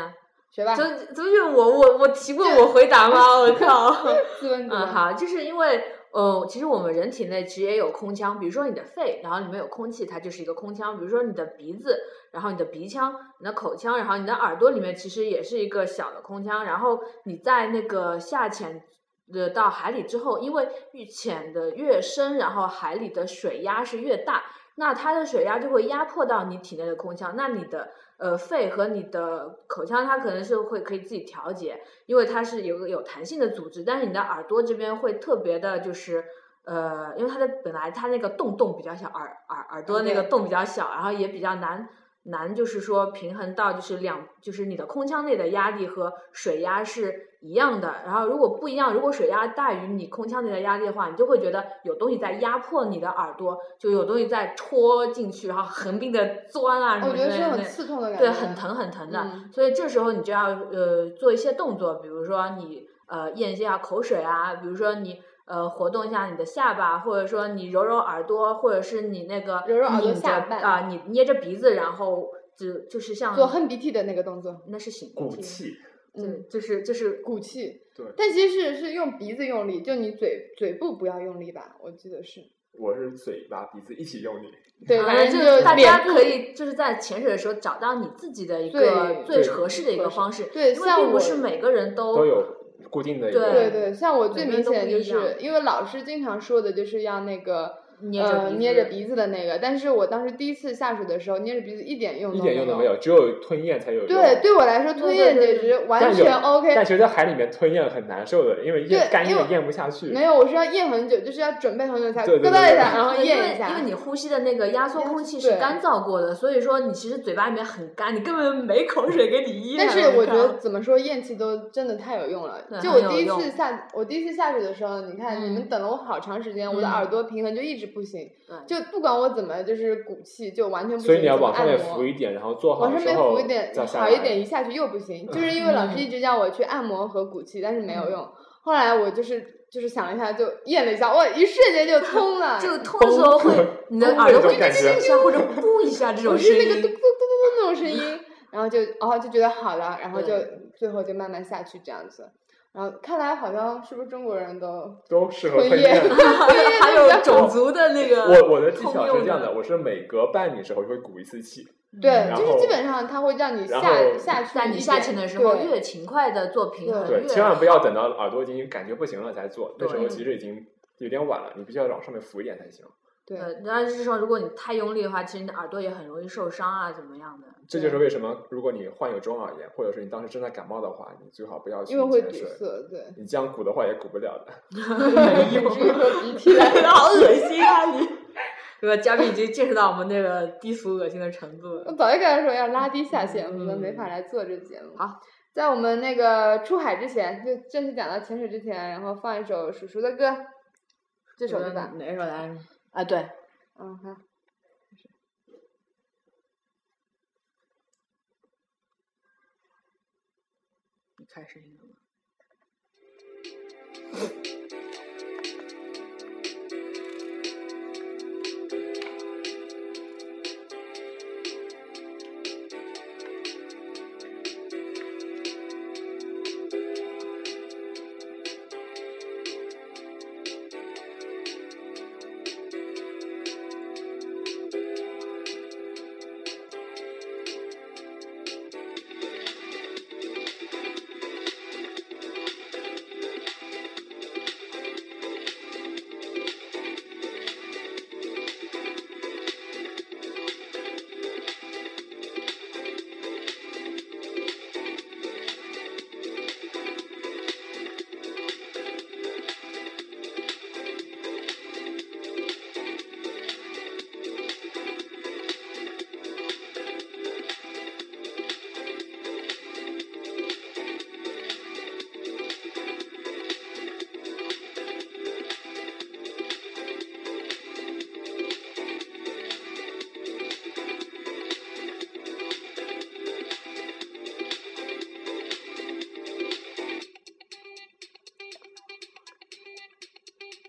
[SPEAKER 2] 学吧。
[SPEAKER 1] 怎么怎么就我我我提问我回答吗？我靠！
[SPEAKER 2] 自问自问。
[SPEAKER 1] 嗯，好，就是因为呃，其实我们人体内其实也有空腔，比如说你的肺，然后里面有空气，它就是一个空腔；比如说你的鼻子，然后你的鼻腔、你的口腔，然后你的耳朵里面其实也是一个小的空腔。然后你在那个下潜的到海里之后，因为越潜的越深，然后海里的水压是越大，那它的水压就会压迫到你体内的空腔，那你的呃肺和你的口腔它可能是会可以自己调节，因为它是有个有弹性的组织，但是你的耳朵这边会特别的就是呃，因为它的本来它那个洞洞比较小，耳耳耳朵那个洞比较小，然后也比较难难就是说平衡到就是两就是你的空腔内的压力和水压是一样的，然后如果不一样，如果水压大于你空腔内的压力的话，你就会觉得有东西在压迫你的耳朵，就有东西在戳进去，然后横并的钻啊什么之类的，
[SPEAKER 2] 我觉得是很刺痛的感觉，
[SPEAKER 1] 对，很疼很疼的、
[SPEAKER 2] 嗯、
[SPEAKER 1] 所以这时候你就要呃做一些动作，比如说你呃咽一下口水啊，比如说你呃活动一下你的下巴，或者说你揉揉耳朵，或者是你那个
[SPEAKER 2] 揉揉耳朵下巴
[SPEAKER 1] 啊、呃，你捏着鼻子，然后就就是像
[SPEAKER 2] 做哼鼻涕的那个动作，
[SPEAKER 1] 那是擤
[SPEAKER 3] 鼓气，
[SPEAKER 2] 嗯，
[SPEAKER 1] 就是就是
[SPEAKER 2] 鼓气，
[SPEAKER 3] 对，
[SPEAKER 2] 但其实是是用鼻子用力，就你嘴嘴部不要用力吧，我记得是。
[SPEAKER 3] 我是嘴巴鼻子一起用力。
[SPEAKER 2] 对，
[SPEAKER 1] 反
[SPEAKER 2] 正
[SPEAKER 1] 就大家可
[SPEAKER 2] 以
[SPEAKER 1] 以就是在潜水的时候找到你自己的一个最合适的一个方式，
[SPEAKER 2] 对，
[SPEAKER 1] 因为并不是每个人都
[SPEAKER 3] 都有固定的一个。
[SPEAKER 2] 对对，像我最明显就是因为老师经常说的就是要那个。
[SPEAKER 1] 捏着鼻子、
[SPEAKER 2] 呃、捏着鼻子的那个，但是我当时第一次下水的时候，捏着鼻子一点用都
[SPEAKER 3] 没有，一点用都没有，只有吞咽才有用。
[SPEAKER 2] 对，对我来说吞咽简直完全 OK。
[SPEAKER 3] 但其实在海里面吞咽很难受的，因为咽干咽咽不下去。
[SPEAKER 2] 没有，我是要咽很久，就是要准备很久才咯
[SPEAKER 3] 噔
[SPEAKER 2] 一下，然后咽一下。
[SPEAKER 1] 因为你呼吸的那个压缩空气是干燥过的，所以说你其实嘴巴里面很干，你根本没口水给你咽。
[SPEAKER 2] 但是我觉得怎么说咽气都真的太有用了。就我第一次下，我第一次下水的时候，你看、嗯、你们等了我好长时间，我的耳朵平衡就一直不行。就不管我怎么就是鼓气，就完全不行。
[SPEAKER 3] 所以你要往上面浮一点，然后做好
[SPEAKER 2] 往上面浮一点，好一点，一下去又不
[SPEAKER 3] 嗯
[SPEAKER 2] 行。就是因为老师一直叫我去按摩和鼓气，但是没有用。后来我就是就是想了一下，就咽了一下，哇，一瞬间就通了。
[SPEAKER 1] 就通的时候会，你的耳朵会吱吱一下或者噗一下这种声音。
[SPEAKER 2] 是那个嘟嘟嘟嘟那种声音，然后就哦就觉得好了，然后就最后就慢慢下去这样子。然后看来好像是不是中国人都
[SPEAKER 3] 都适合吞咽，
[SPEAKER 1] 还有种族的那个。
[SPEAKER 3] 我我的技巧是这样的，我是每隔半米时候会鼓一次气。
[SPEAKER 2] 对，就是基本上它会让你下下去，
[SPEAKER 1] 在你下潜的时候越勤快的做平衡，
[SPEAKER 3] 对，千万不要等到耳朵已经感觉不行了才做，那时候其实已经有点晚了，你必须要往上面浮一点才行。
[SPEAKER 2] 对，
[SPEAKER 1] 当然是说，如果你太用力的话，其实你的耳朵也很容易受伤啊，怎么样的？
[SPEAKER 3] 这就是为什么，如果你患有中耳炎，或者是你当时正在感冒的话，你最好不要去
[SPEAKER 2] 因为会
[SPEAKER 3] 潜水。
[SPEAKER 2] 堵塞，对。
[SPEAKER 3] 你这样鼓的话也鼓不了的。
[SPEAKER 2] 没有，是个鼻涕来
[SPEAKER 1] 的，好恶心啊你！这个嘉宾已经见识到我们那个低俗恶心的程度了。
[SPEAKER 2] 我早就跟他说要拉低下限，否则没法来做这节目。
[SPEAKER 1] 好，
[SPEAKER 2] 在我们那个出海之前，就正式讲到潜水之前，然后放一首叔叔的歌，这首对吧？
[SPEAKER 1] 哪首来着？啊，对。
[SPEAKER 2] 嗯，好。
[SPEAKER 1] 你开声音了吗？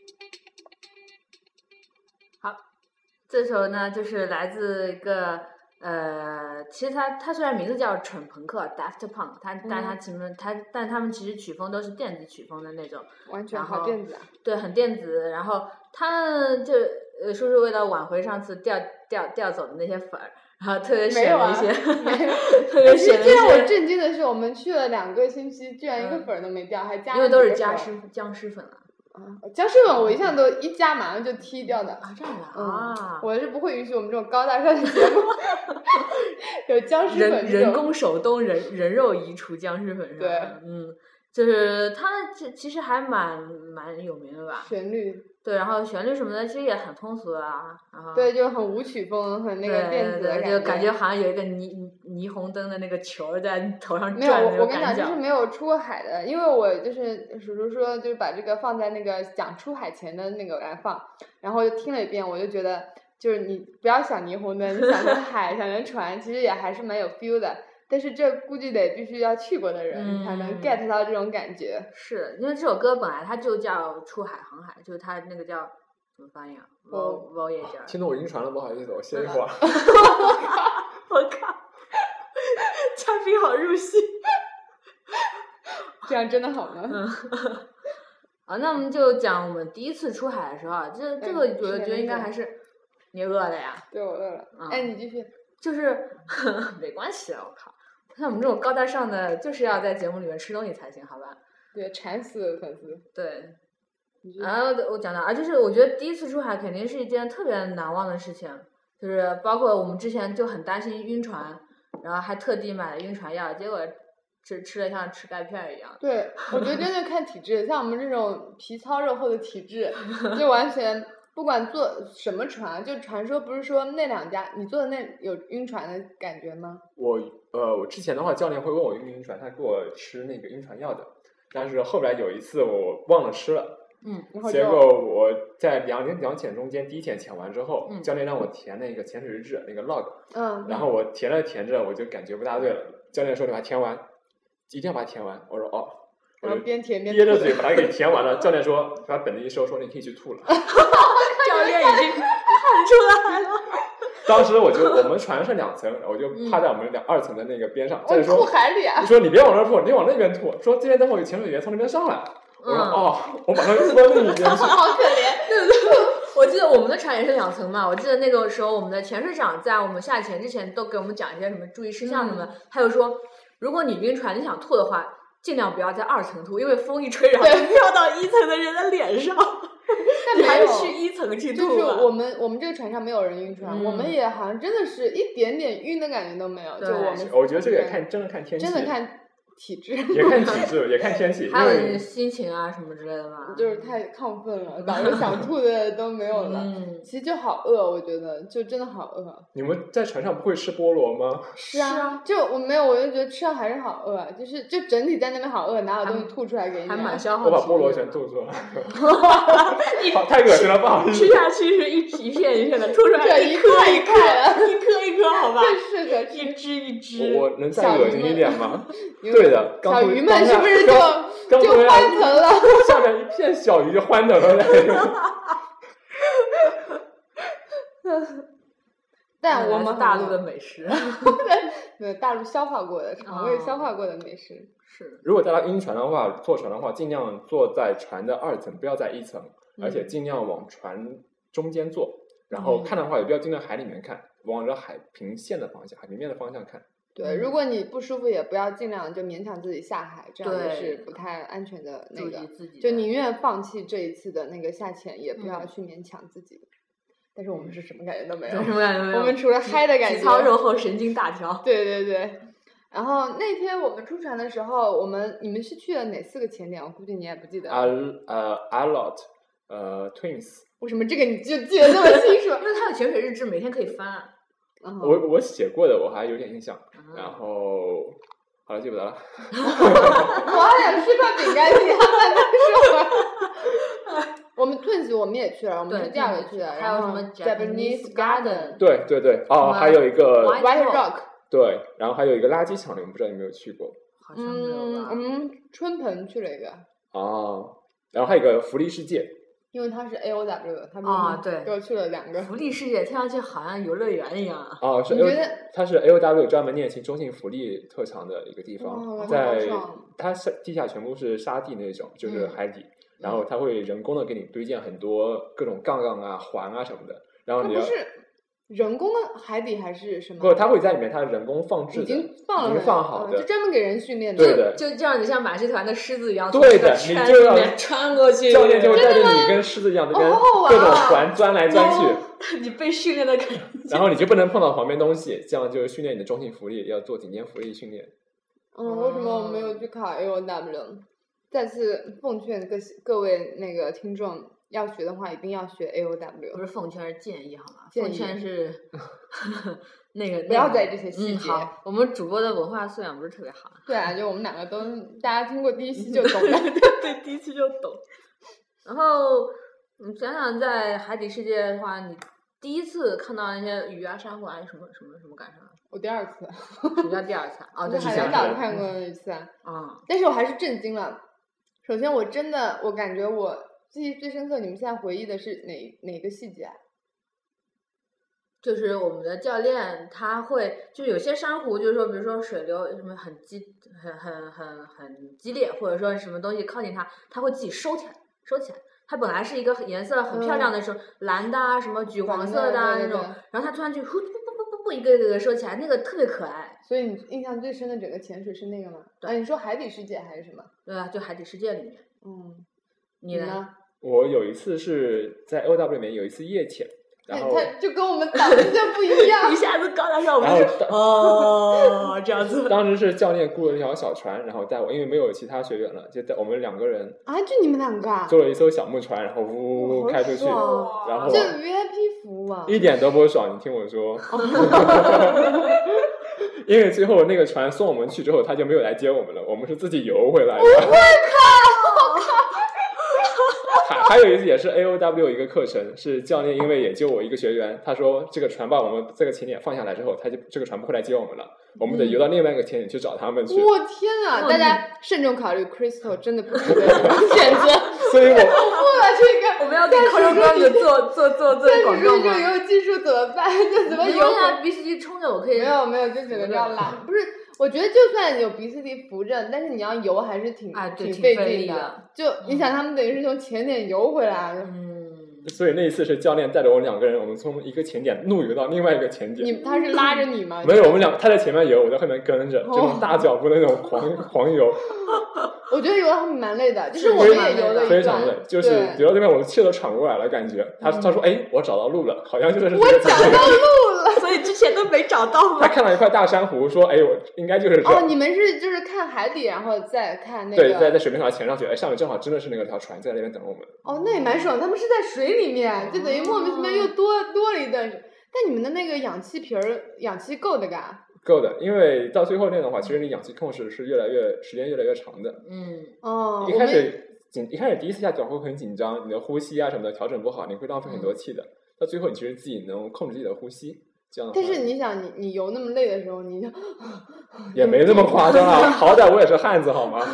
[SPEAKER 1] 好，这首呢就是来自一个呃，其实它它虽然名字叫蠢朋克 Daft Punk， 它但它其实它但他们其实曲风都是电子曲风的那种，
[SPEAKER 2] 完全好电子啊。
[SPEAKER 1] 对，很电子。然后他就呃说是为了挽回上次掉掉掉走的那些粉儿，然后特别选了一些，
[SPEAKER 2] 没有啊、
[SPEAKER 1] 特别选了一些。
[SPEAKER 2] 最让我震惊的是，我们去了两个星期，居然一个粉儿都没掉，嗯、还加了
[SPEAKER 1] 因为都是僵尸僵尸粉啊。
[SPEAKER 2] 啊，僵尸粉我一向都一加马上就踢掉的
[SPEAKER 1] 啊，这样的
[SPEAKER 2] 啊、
[SPEAKER 1] 嗯，
[SPEAKER 2] 我是不会允许我们这种高大上的节目有僵尸粉
[SPEAKER 1] 人人工手动人人肉移除僵尸粉是吧？
[SPEAKER 2] 对，
[SPEAKER 1] 嗯，就是它这其实还蛮蛮有名的吧？
[SPEAKER 2] 旋律
[SPEAKER 1] 对，然后旋律什么的其实也很通俗啊，然后
[SPEAKER 2] 对，就很舞曲风，很那个电子的
[SPEAKER 1] 感
[SPEAKER 2] 觉，
[SPEAKER 1] 就感觉好像有一个霓霓虹灯的那个球在头上
[SPEAKER 2] 没有，
[SPEAKER 1] 转的那
[SPEAKER 2] 我跟你讲，
[SPEAKER 1] 种感觉。
[SPEAKER 2] 就是没有出过海的，因为我就是叔叔说，就是把这个放在那个讲出海前的那个来放，然后就听了一遍，我就觉得，就是你不要想霓虹灯，你想成海，想成船，其实也还是蛮有 feel 的。但是这估计得必须要去过的人、嗯、才能 get 到这种感觉。
[SPEAKER 1] 是因为这首歌本来它就叫出海航海，就是它那个叫怎么翻译啊 ？Voyager。
[SPEAKER 3] 听得我晕船了，不好意思，我歇一会儿。
[SPEAKER 1] 我靠，嘉宾好入戏。
[SPEAKER 2] 这样真的好吗？
[SPEAKER 1] 嗯。啊，那我们就讲我们第一次出海的时候啊，这这个我觉得应该还是你饿了呀？
[SPEAKER 2] 对，我饿了。嗯、哎，你继续。
[SPEAKER 1] 就是没关系啊，我靠。像我们这种高大上的，就是要在节目里面吃东西才行，好吧？
[SPEAKER 2] 对，馋死了粉丝。
[SPEAKER 1] 对，然后我讲到啊，就是我觉得第一次出海肯定是一件特别难忘的事情，就是包括我们之前就很担心晕船，然后还特地买了晕船药，结果吃吃了像吃钙片一样。
[SPEAKER 2] 对，我觉得真的看体质，像我们这种皮糙肉厚的体质，就完全。不管坐什么船，就传说不是说那两家，你坐的那有晕船的感觉吗？
[SPEAKER 3] 我呃，我之前的话，教练会问我晕不晕船，他给我吃那个晕船药的，但是后来有一次我忘了吃了，
[SPEAKER 1] 嗯，
[SPEAKER 3] 结果我在两两潜中间第一潜潜完之后，
[SPEAKER 1] 嗯、
[SPEAKER 3] 教练让我填那个潜水日志那个 log，
[SPEAKER 2] 嗯，
[SPEAKER 3] 然后我填了填着，我就感觉不大对了，教练说你把它填完，一定要把它填完，我说哦。
[SPEAKER 2] 然后边填边
[SPEAKER 3] 憋着嘴把它给填完了。教练说，把本子一收，说你可以去吐了。
[SPEAKER 1] 教练已经看出来了。
[SPEAKER 3] 当时我就我们船是两层，我就趴在我们两二层的那个边上。教练说：“
[SPEAKER 2] 吐海里啊！”
[SPEAKER 3] 你说你别往那儿吐，你往那边吐。说这边等会有潜水员从那边上来。我说、
[SPEAKER 1] 嗯、
[SPEAKER 3] 哦，我马上吐到另一边去。
[SPEAKER 2] 好可怜。
[SPEAKER 1] 对对对，我记得我们的船也是两层嘛。我记得那个时候我们的潜水长在我们下潜之前都给我们讲一些什么注意事项什么的。他就说，如果你晕船你想吐的话。尽量不要在二层吐，因为风一吹，然后就飘到一层的人的脸上。
[SPEAKER 2] 但
[SPEAKER 1] 你还是去一层去吐。
[SPEAKER 2] 就是我们我们这个船上没有人晕船、
[SPEAKER 1] 嗯，
[SPEAKER 2] 我们也好像真的是一点点晕的感觉都没有。就我们，
[SPEAKER 3] 我觉得这个也看真的看天气，
[SPEAKER 2] 真的看体质，
[SPEAKER 3] 也看体质，也看天气，
[SPEAKER 1] 还有心情啊什么之类的嘛。
[SPEAKER 2] 就是太亢奋了，导致想吐的都没有了。
[SPEAKER 1] 嗯、
[SPEAKER 2] 其实就好饿，我觉得就真的好饿。
[SPEAKER 3] 你们在船上不会吃菠萝吗？
[SPEAKER 2] 是啊，就我没有，我就觉得吃上还是好饿，就是就整体在那边好饿，哪有东西吐出来给你、啊？
[SPEAKER 1] 还蛮消耗。
[SPEAKER 3] 我把菠萝全吐出来了，太恶心了，不好意思。
[SPEAKER 1] 吃下去是一一片一片的，吐出来
[SPEAKER 2] 一
[SPEAKER 1] 颗
[SPEAKER 2] 一
[SPEAKER 1] 颗一颗一颗，好吧？
[SPEAKER 2] 最适合
[SPEAKER 1] 一只一只。
[SPEAKER 3] 我能再恶心一点吗？对的，
[SPEAKER 2] 小鱼们是不是就
[SPEAKER 3] 就
[SPEAKER 2] 欢腾了？
[SPEAKER 3] 下面一片小鱼就欢腾了。
[SPEAKER 2] 但我们
[SPEAKER 1] 大陆的美食，
[SPEAKER 2] 对大陆消化过的肠胃消化过的美食。
[SPEAKER 1] 是，
[SPEAKER 3] 如果大家晕船的话，坐船的话，尽量坐在船的二层，不要在一层，
[SPEAKER 2] 嗯、
[SPEAKER 3] 而且尽量往船中间坐。然后看的话，也不要盯着海里面看，往着海平线的方向、海平面的方向看。
[SPEAKER 2] 对，如果你不舒服，也不要尽量就勉强自己下海，这样也是不太安全的那个。就宁愿放弃这一次的那个下潜，也不要去勉强自己。嗯、但是我们是什么感觉都没有，
[SPEAKER 1] 什么感觉都没有。
[SPEAKER 2] 我们除了嗨的感觉，
[SPEAKER 1] 体操肉后神经大条。
[SPEAKER 2] 对对对。然后那天我们出船的时候，我们你们是去了哪四个潜点？我估计你也不记得了。
[SPEAKER 3] 啊呃 ，Alot， 呃 ，Twins。
[SPEAKER 2] 为什么这个你就记得那么清楚？
[SPEAKER 1] 因为它的潜水日志每天可以翻、啊。
[SPEAKER 3] 我我写过的，我还有点印象，然后好了记不得了。
[SPEAKER 2] 我还想吃块饼干，你还在说。我们 Twins 我们也去了，我们是第二个去的，
[SPEAKER 1] 还有什么
[SPEAKER 2] Japanese Garden？
[SPEAKER 3] 对对对，哦，还有一个
[SPEAKER 2] White Rock。
[SPEAKER 3] 对，然后还有一个垃圾场，你们不知道有没有去过？
[SPEAKER 1] 好像没有吧。
[SPEAKER 2] 嗯，我们春盆去了一个。
[SPEAKER 3] 哦，然后还有一个福利世界。
[SPEAKER 2] 因为它是 A O W， 它
[SPEAKER 1] 啊，对，
[SPEAKER 2] 多去了两个。
[SPEAKER 1] 福利世界听上去好像游乐园一样啊。
[SPEAKER 3] 哦，是
[SPEAKER 2] 你觉得
[SPEAKER 3] 它是 A O W 专门练习中性福利特长的一个地方，
[SPEAKER 2] 哦
[SPEAKER 3] 在
[SPEAKER 2] 好爽
[SPEAKER 3] 它是地下全部是沙地那种，就是
[SPEAKER 2] 嗯
[SPEAKER 3] 海底，然后它会人工的给你堆建很多各种杠杠啊、环啊什么的，然后你要
[SPEAKER 2] 它不是人工的海底还是什么？
[SPEAKER 3] 不，它会在里面，它人工放置的，
[SPEAKER 2] 已经放了，
[SPEAKER 3] 已经放好的，
[SPEAKER 2] 嗯就专门给人训练的。
[SPEAKER 3] 对的，
[SPEAKER 1] 就这样子像马戏团的狮子一样，
[SPEAKER 3] 对的，
[SPEAKER 1] 从
[SPEAKER 3] 你就要
[SPEAKER 1] 这个圈里面穿过去，
[SPEAKER 3] 教练就会带着你跟狮子一样，那边
[SPEAKER 2] 哦好好玩
[SPEAKER 3] 各种
[SPEAKER 2] 啊
[SPEAKER 3] 环钻来钻去，
[SPEAKER 1] 哦你被训练的感觉。
[SPEAKER 3] 然后你就不能碰到旁边东西，这样就训练你的中性浮力，要做顶尖浮力训练。
[SPEAKER 2] 嗯，为什么我没有去考 A O W？再次奉劝各各位那个听众，要学的话一定要学 A O
[SPEAKER 1] 不
[SPEAKER 2] W。
[SPEAKER 1] 是奉劝，是建议好吗？
[SPEAKER 2] 建议
[SPEAKER 1] 奉劝是那个
[SPEAKER 2] 不要
[SPEAKER 1] 那个
[SPEAKER 2] 在意这些细
[SPEAKER 1] 嗯，
[SPEAKER 2] 节
[SPEAKER 1] 好，我们主播的文化素养不是特别好。
[SPEAKER 2] 对啊，就我们两个都，大家听过第一期就懂了。
[SPEAKER 1] 对，第一期就懂。然后你想想，在海底世界的话，你第一次看到那些鱼啊、珊瑚啊，什么什么什么感受？
[SPEAKER 2] 我第二次，
[SPEAKER 1] 什么叫第二次啊？哦，
[SPEAKER 2] 我
[SPEAKER 1] 对，
[SPEAKER 2] 在海南
[SPEAKER 1] 是这样
[SPEAKER 2] 岛看过一次，
[SPEAKER 1] 啊。
[SPEAKER 2] 但是我还是震惊了。首先，我真的，我感觉我记忆最深刻。你们现在回忆的是哪哪个细节啊？
[SPEAKER 1] 就是我们的教练他会，就有些珊瑚，就是说，比如说水流什么很激、很很很很激烈，或者说什么东西靠近它，它会自己收起来，收起来。它本来是一个颜色很漂亮的时候，嗯、蓝的啊，什么橘黄色的啊那种，然后它突然就呼不不不不不一个一个收起来，那个特别可爱。
[SPEAKER 2] 所以你印象最深的整个潜水是那个吗？啊，你说海底世界还是什么？
[SPEAKER 1] 对啊，就海底世界里面。
[SPEAKER 2] 嗯，
[SPEAKER 1] 你呢？
[SPEAKER 3] 我有一次是在 A O W 里面有一次夜潜。然后
[SPEAKER 2] 他就跟我们档次就不一样，
[SPEAKER 1] 一下子高大上，我们就是哦这样子。
[SPEAKER 3] 当时是教练雇了一条小船，然后带我，因为没有其他学员了，就带我们两个人
[SPEAKER 2] 啊，就你们两个啊，
[SPEAKER 3] 坐了一艘小木船，然后呜呜呜开出去，然后
[SPEAKER 2] 这 V I P 服务啊，
[SPEAKER 3] 一点都不爽，你听我说。因为最后那个船送我们去之后，他就没有来接我们了，我们是自己游回来的。
[SPEAKER 2] 我靠！
[SPEAKER 3] 还还有一次也是 A O W 一个课程，是教练因为也救我一个学员，他说这个船把我们这个起点放下来之后，他就这个船不会来接我们了，我们得游到另外一个起点去找他们去。
[SPEAKER 2] 我、嗯、天啊！大家慎重考虑 ，Crystal 真的不值得选择。
[SPEAKER 3] 所以我
[SPEAKER 2] 我这个
[SPEAKER 1] 我们要给空中哥哥做做做做广告吗？
[SPEAKER 2] 但是游泳技术怎么办？就怎么游
[SPEAKER 1] 啊 ？B C D 冲着我可以。
[SPEAKER 2] 没有没有，就只能这样拉。不是，我觉得就算有 B C D 扶正，但是你要游还是挺、
[SPEAKER 1] 啊、
[SPEAKER 2] 挺
[SPEAKER 1] 费
[SPEAKER 2] 劲的。就你想，他们等于是从前点游回来。
[SPEAKER 1] 嗯。
[SPEAKER 3] 所以那一次是教练带着我们两个人，我们从一个前点怒游到另外一个前点。
[SPEAKER 2] 你他是拉着你吗？
[SPEAKER 3] 没有，我们俩他在前面游，我在后面跟着，这种大脚步那种狂狂游。
[SPEAKER 2] 我觉得游的还蛮累的，就是我们也游了一段，
[SPEAKER 3] 非常累，就是游到这边我气都喘过来了，感觉。他他说：“哎，我找到路了，好像就是这个。”
[SPEAKER 2] 我找到路了，
[SPEAKER 1] 所以之前都没找到吗？
[SPEAKER 3] 他看到一块大珊瑚，说：“哎，我应该就是这。”
[SPEAKER 2] 哦，你们是就是看海底，然后再看那个。
[SPEAKER 3] 对，在在水面上潜上去，哎，上面正好真的是那个条船在那边等我们。
[SPEAKER 2] 哦，那也蛮爽，他们是在水里面，就等于莫名其妙又多多了一段。但你们的那个氧气瓶儿，氧气够的嘎？
[SPEAKER 3] 够的，因为到最后练的话，其实你氧气控制是越来越时间越来越长的。
[SPEAKER 1] 嗯，
[SPEAKER 2] 哦，
[SPEAKER 3] 一开始紧，一开始第一次下脚会很紧张，你的呼吸啊什么的调整不好，你会浪费很多气的。嗯、到最后，你其实自己能控制自己的呼吸，这样的话。
[SPEAKER 2] 但是你想，你你游那么累的时候，你就
[SPEAKER 3] 也没那么夸张啊，好歹我也是汉子好吗？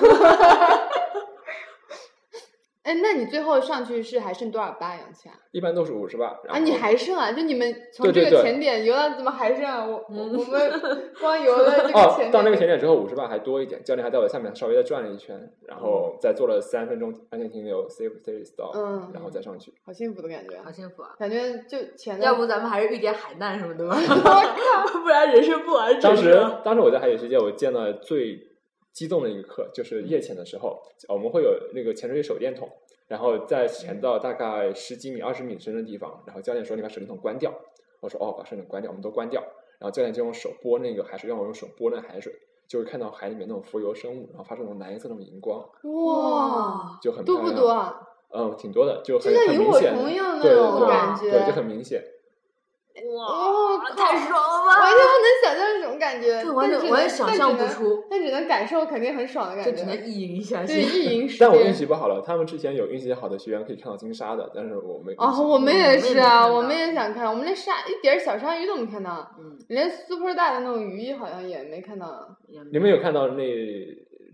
[SPEAKER 2] 哎，那你最后上去是还剩多少巴氧气啊？
[SPEAKER 3] 一般都是五十巴。
[SPEAKER 2] 啊，你还剩啊？就你们从这个前点游到怎么还剩啊？我我我们光游了这个前点。
[SPEAKER 3] 哦，到那个前点之后五十巴还多一点，教练还在我下面稍微再转了一圈，然后再做了三分钟安全停留 ，safe safe stop，嗯，然后再上去。
[SPEAKER 2] 好幸福的感觉，
[SPEAKER 1] 好幸福啊！
[SPEAKER 2] 感觉就前
[SPEAKER 1] 要不咱们还是遇点海难什么的吧？不然人生不完整。
[SPEAKER 3] 当时当时我在海底世界，我见了最激动的一个课，就是夜潜的时候，我们会有那个潜水手电筒。然后再潜到大概十几米、二十米深的地方，然后教练说：“你把手电筒关掉。”我说：“哦，把手电筒关掉。”我们都关掉。然后教练就用手拨那个海水，让我用手拨那海水，就会看到海里面那种浮游生物，然后发出那种蓝色的荧光。
[SPEAKER 2] 哇，
[SPEAKER 3] 就很
[SPEAKER 2] 多不多啊？
[SPEAKER 3] 嗯，挺多的，就很
[SPEAKER 2] 就像萤火
[SPEAKER 3] 虫
[SPEAKER 2] 一样那种感觉，
[SPEAKER 3] 对，就很明显。
[SPEAKER 1] 哇，太爽了吧！
[SPEAKER 2] 完全不能想象这种感觉，
[SPEAKER 1] 对，完全我也想象不出，
[SPEAKER 2] 但只能感受肯定很爽的感觉，
[SPEAKER 1] 就只能意淫一下，
[SPEAKER 2] 对，意淫。
[SPEAKER 3] 但我运气不好了，他们之前有运气好的学员可以看到金鲨的，但是我没。
[SPEAKER 2] 哦，我们也是啊，我们也想看，我们连鲨一点小鲨鱼都没看到，嗯，连 super 大的那种鱼好像也没看到。
[SPEAKER 3] 你们有看到那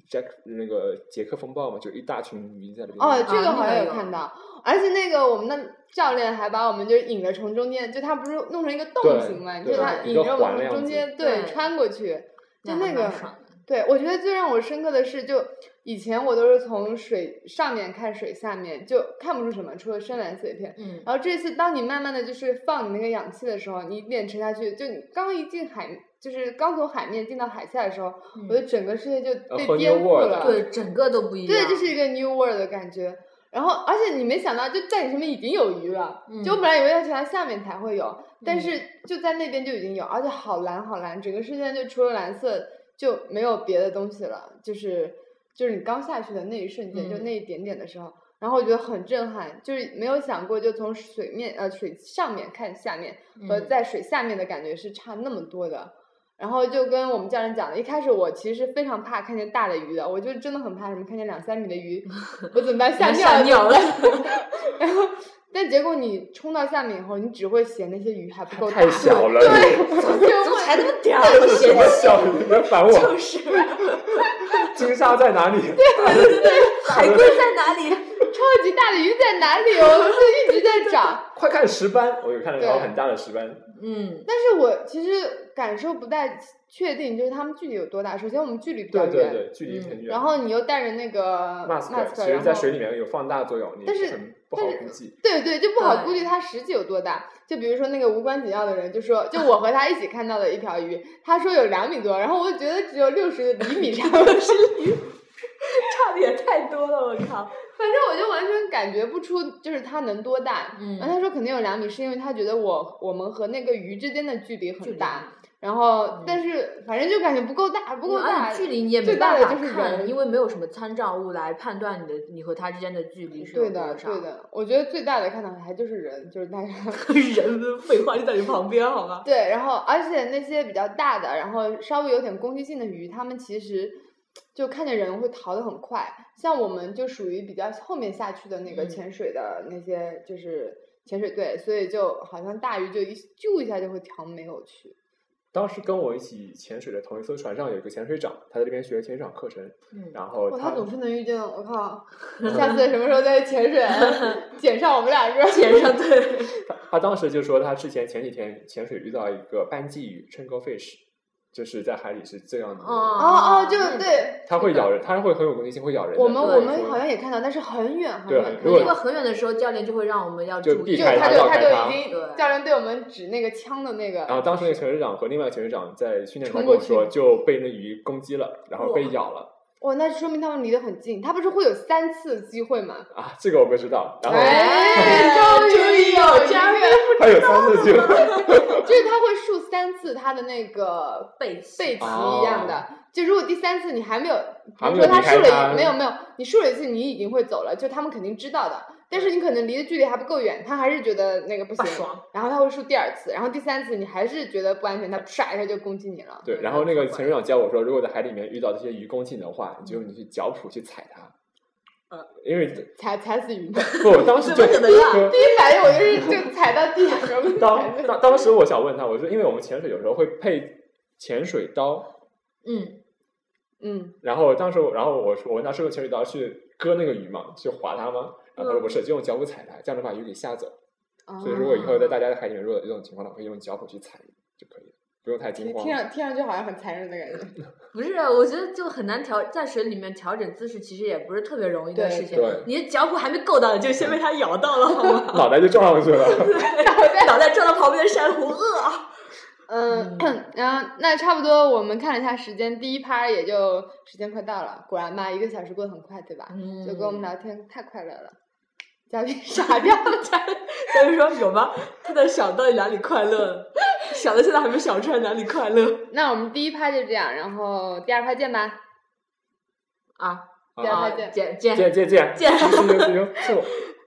[SPEAKER 3] Jack 那个杰克风暴嘛，就一大群鱼在那边。
[SPEAKER 2] 哦，这个好像
[SPEAKER 1] 啊那个有
[SPEAKER 2] 有看到，而且那个我们的教练还把我们就引着从中间，就他不是弄成一个洞形嘛，
[SPEAKER 3] 对
[SPEAKER 2] 就他
[SPEAKER 3] 对
[SPEAKER 2] 引着我们
[SPEAKER 3] 一个环那样
[SPEAKER 2] 从中间
[SPEAKER 3] 子
[SPEAKER 2] 对
[SPEAKER 1] 对
[SPEAKER 2] 穿过去，就
[SPEAKER 1] 那还
[SPEAKER 2] 那个
[SPEAKER 1] 蛮爽的
[SPEAKER 2] 对，我觉得最让我深刻的是，就以前我都是从水上面看水下面，就看不出什么，除了深蓝色一片。
[SPEAKER 1] 嗯，
[SPEAKER 2] 然后这次当你慢慢的就是放你那个氧气的时候，你一点沉下去，就你刚一进海，就是刚从海面进到海下的时候，
[SPEAKER 1] 嗯
[SPEAKER 2] 我觉得整个世界就被
[SPEAKER 3] whole
[SPEAKER 2] 颠
[SPEAKER 3] new
[SPEAKER 2] 覆
[SPEAKER 3] world
[SPEAKER 2] 了。
[SPEAKER 1] 对，整个都不一样。
[SPEAKER 2] 对，这是一个 new world 的感觉。然后，而且你没想到，就在你身边已经有鱼了。
[SPEAKER 1] 嗯
[SPEAKER 2] 就我本来以为要去它下面才会有，但是就在那边就已经有，而且好蓝好蓝，整个世界就除了蓝色就没有别的东西了。就是就是你刚下去的那一瞬间，
[SPEAKER 1] 嗯
[SPEAKER 2] 就那一点点的时候，然后我觉得很震撼，就是没有想过，就从水面呃水上面看下面和
[SPEAKER 1] 嗯
[SPEAKER 2] 在水下面的感觉是差那么多的。然后就跟我们教练讲的，一开始我其实是非常怕看见大的鱼的，我就真的很怕什么看见两三米的鱼，我怎么办？吓尿
[SPEAKER 1] 吓尿了。
[SPEAKER 2] 然后，但结果你冲到下面以后，你只会嫌那些鱼还不够大，
[SPEAKER 3] 太小了，
[SPEAKER 2] 对，
[SPEAKER 1] 怎么才那么点儿？
[SPEAKER 3] 这是什么小鱼？别烦我。
[SPEAKER 1] 就是
[SPEAKER 3] 金沙在哪里？
[SPEAKER 1] 海龟在哪里？
[SPEAKER 2] 超级大的鱼在哪里？我们是一直在找。
[SPEAKER 3] 快看石斑！我有看到一条
[SPEAKER 2] 对
[SPEAKER 3] 很大的石斑。
[SPEAKER 1] 嗯，
[SPEAKER 2] 但是我其实感受不太确定，就是他们距离有多大。首先我们距离比较远，
[SPEAKER 3] 对对对，距离很远。
[SPEAKER 2] 然后你又带着那个
[SPEAKER 3] mask，
[SPEAKER 2] mask，
[SPEAKER 3] 其实在水里面有放大作用，你
[SPEAKER 2] 但是
[SPEAKER 3] 很不好估计。
[SPEAKER 2] 对对，就不好
[SPEAKER 1] 对
[SPEAKER 2] 估计它实际有多大。就比如说那个无关紧要的人，就说，就我和他一起看到的一条鱼，他说有两米多，然后我就觉得只有六十厘米长的是鱼，
[SPEAKER 1] 差的也太多了，我靠！
[SPEAKER 2] 反正我就完全感觉不出就是它能多大。
[SPEAKER 1] 嗯
[SPEAKER 2] 然后他说肯定有两米，是因为他觉得我我们和那个鱼之间的距离
[SPEAKER 1] 距离
[SPEAKER 2] 很大。然后，但是反正就感觉不够大，不够大。
[SPEAKER 1] 而且距离你也没
[SPEAKER 2] 最大
[SPEAKER 1] 办法
[SPEAKER 2] 的就是
[SPEAKER 1] 看，
[SPEAKER 2] 人
[SPEAKER 1] 因为没有什么参照物来判断你的你和它之间的距离是有
[SPEAKER 2] 对的，
[SPEAKER 1] 多少。
[SPEAKER 2] 对的。我觉得最大的看到还就是人，就是大家。
[SPEAKER 1] 人废话就在你旁边，好吗？
[SPEAKER 2] 对，然后而且那些比较大的，然后稍微有点攻击性的鱼，它们其实就看见人会逃得很快。像我们就属于比较后面下去的那个
[SPEAKER 1] 嗯
[SPEAKER 2] 潜水的那些，就是潜水队，所以就好像大鱼就一啾一下就会调没有去。
[SPEAKER 3] 当时跟我一起潜水的同一艘船上有一个潜水长，他在这边学潜水长课程，
[SPEAKER 1] 嗯
[SPEAKER 3] 然后
[SPEAKER 2] 哇，他总是能遇见，我靠！下次什么时候再潜水，捡上我们两个。
[SPEAKER 1] 捡上对。
[SPEAKER 3] 他他当时就说他之前前几天潜水遇到一个斑鲫鱼 triangle fish， 就是在海里是这样的。
[SPEAKER 1] 哦
[SPEAKER 2] 哦哦，就对。
[SPEAKER 3] 它会咬人，它会很有攻击性，会咬人的。
[SPEAKER 2] 我们
[SPEAKER 1] 对
[SPEAKER 2] 我们好像也看到，但是很远很
[SPEAKER 3] 对
[SPEAKER 2] 远。
[SPEAKER 3] 如果
[SPEAKER 1] 因为很远的时候，教练就会让我们要
[SPEAKER 3] 就
[SPEAKER 1] 注意，
[SPEAKER 2] 就
[SPEAKER 3] 避开它
[SPEAKER 2] 他就他就
[SPEAKER 3] 绕开它
[SPEAKER 2] 已经
[SPEAKER 1] 对
[SPEAKER 2] 教练对我们指那个枪的那个。
[SPEAKER 3] 然后当时那个潜水长和另外一个潜水长在训练
[SPEAKER 2] 冲过
[SPEAKER 3] 团跟我说，
[SPEAKER 2] 去
[SPEAKER 3] 就被那鱼攻击了，然后被咬了。
[SPEAKER 2] 哇，那说明他们离得很近。他不是会有三次机会吗？
[SPEAKER 3] 啊，这个我不知道。然后
[SPEAKER 2] 哎，终于有嘉宾，
[SPEAKER 3] 还有三次机会。
[SPEAKER 2] 就是他会竖三次他的那个
[SPEAKER 1] 背鳍
[SPEAKER 2] 背鳍
[SPEAKER 3] 哦
[SPEAKER 2] 一样的。就如果第三次你还没有，比
[SPEAKER 3] 还没有
[SPEAKER 2] 如说他竖了
[SPEAKER 3] 离开他
[SPEAKER 2] 一没有没有，你竖了一次你已经会走了，就他们肯定知道的。但是你可能离的距离还不够远，他还是觉得那个不行，
[SPEAKER 1] 不爽
[SPEAKER 2] 然后他会竖第二次，然后第三次你还是觉得不安全，他唰一下就攻击你了。
[SPEAKER 3] 对，然后那个潜水长教我说，如果在海里面遇到这些鱼攻击你的话，你就你去脚蹼去踩它。
[SPEAKER 1] 呃，
[SPEAKER 3] 因为
[SPEAKER 2] 踩踩死鱼。
[SPEAKER 3] 不，我当时就
[SPEAKER 1] 怎么可能啊
[SPEAKER 3] 就
[SPEAKER 2] 第一反应我就是就踩到地上，然后
[SPEAKER 3] 当当当时我想问他，我说，因为我们潜水有时候会配潜水刀，
[SPEAKER 1] 嗯，
[SPEAKER 2] 嗯，
[SPEAKER 3] 然后当时我，然后我说我问他是用潜水刀去割那个鱼嘛，去划它吗？然后他说不是，就用脚蹼踩它，这样能把鱼给吓走。
[SPEAKER 2] 哦
[SPEAKER 3] 所以如果以后在大家在海里面如果有这种情况的话，可以用脚蹼去踩就可以了，不用太惊慌
[SPEAKER 2] 听。上听上去好像很残忍的感觉。
[SPEAKER 1] 不是，我觉得就很难调，在水里面调整姿势，其实也不是特别容易的
[SPEAKER 2] 对
[SPEAKER 1] 事情。
[SPEAKER 3] 对
[SPEAKER 1] 你的脚蹼还没够到，就先被它咬到了，好吗？
[SPEAKER 3] 脑袋就撞上去了。
[SPEAKER 1] 脑袋撞到旁边的珊瑚，呃。
[SPEAKER 2] 嗯，然后那差不多，我们看了一下时间，第一趴也就时间快到了，果然吧，一个小时过得很快，对吧？
[SPEAKER 1] 嗯
[SPEAKER 2] 就跟我们聊天太快乐了，嘉宾傻掉了，嘉宾
[SPEAKER 1] 嘉宾说有吗？他在想到底哪里快乐，想到现在还没想出来哪里快乐
[SPEAKER 2] 那我们第一趴就这样，然后第二趴见吧。
[SPEAKER 1] 啊！
[SPEAKER 2] 第二
[SPEAKER 1] 啊
[SPEAKER 2] 趴见。
[SPEAKER 1] 见见
[SPEAKER 3] 见见见
[SPEAKER 1] 见
[SPEAKER 3] 行行行行，是我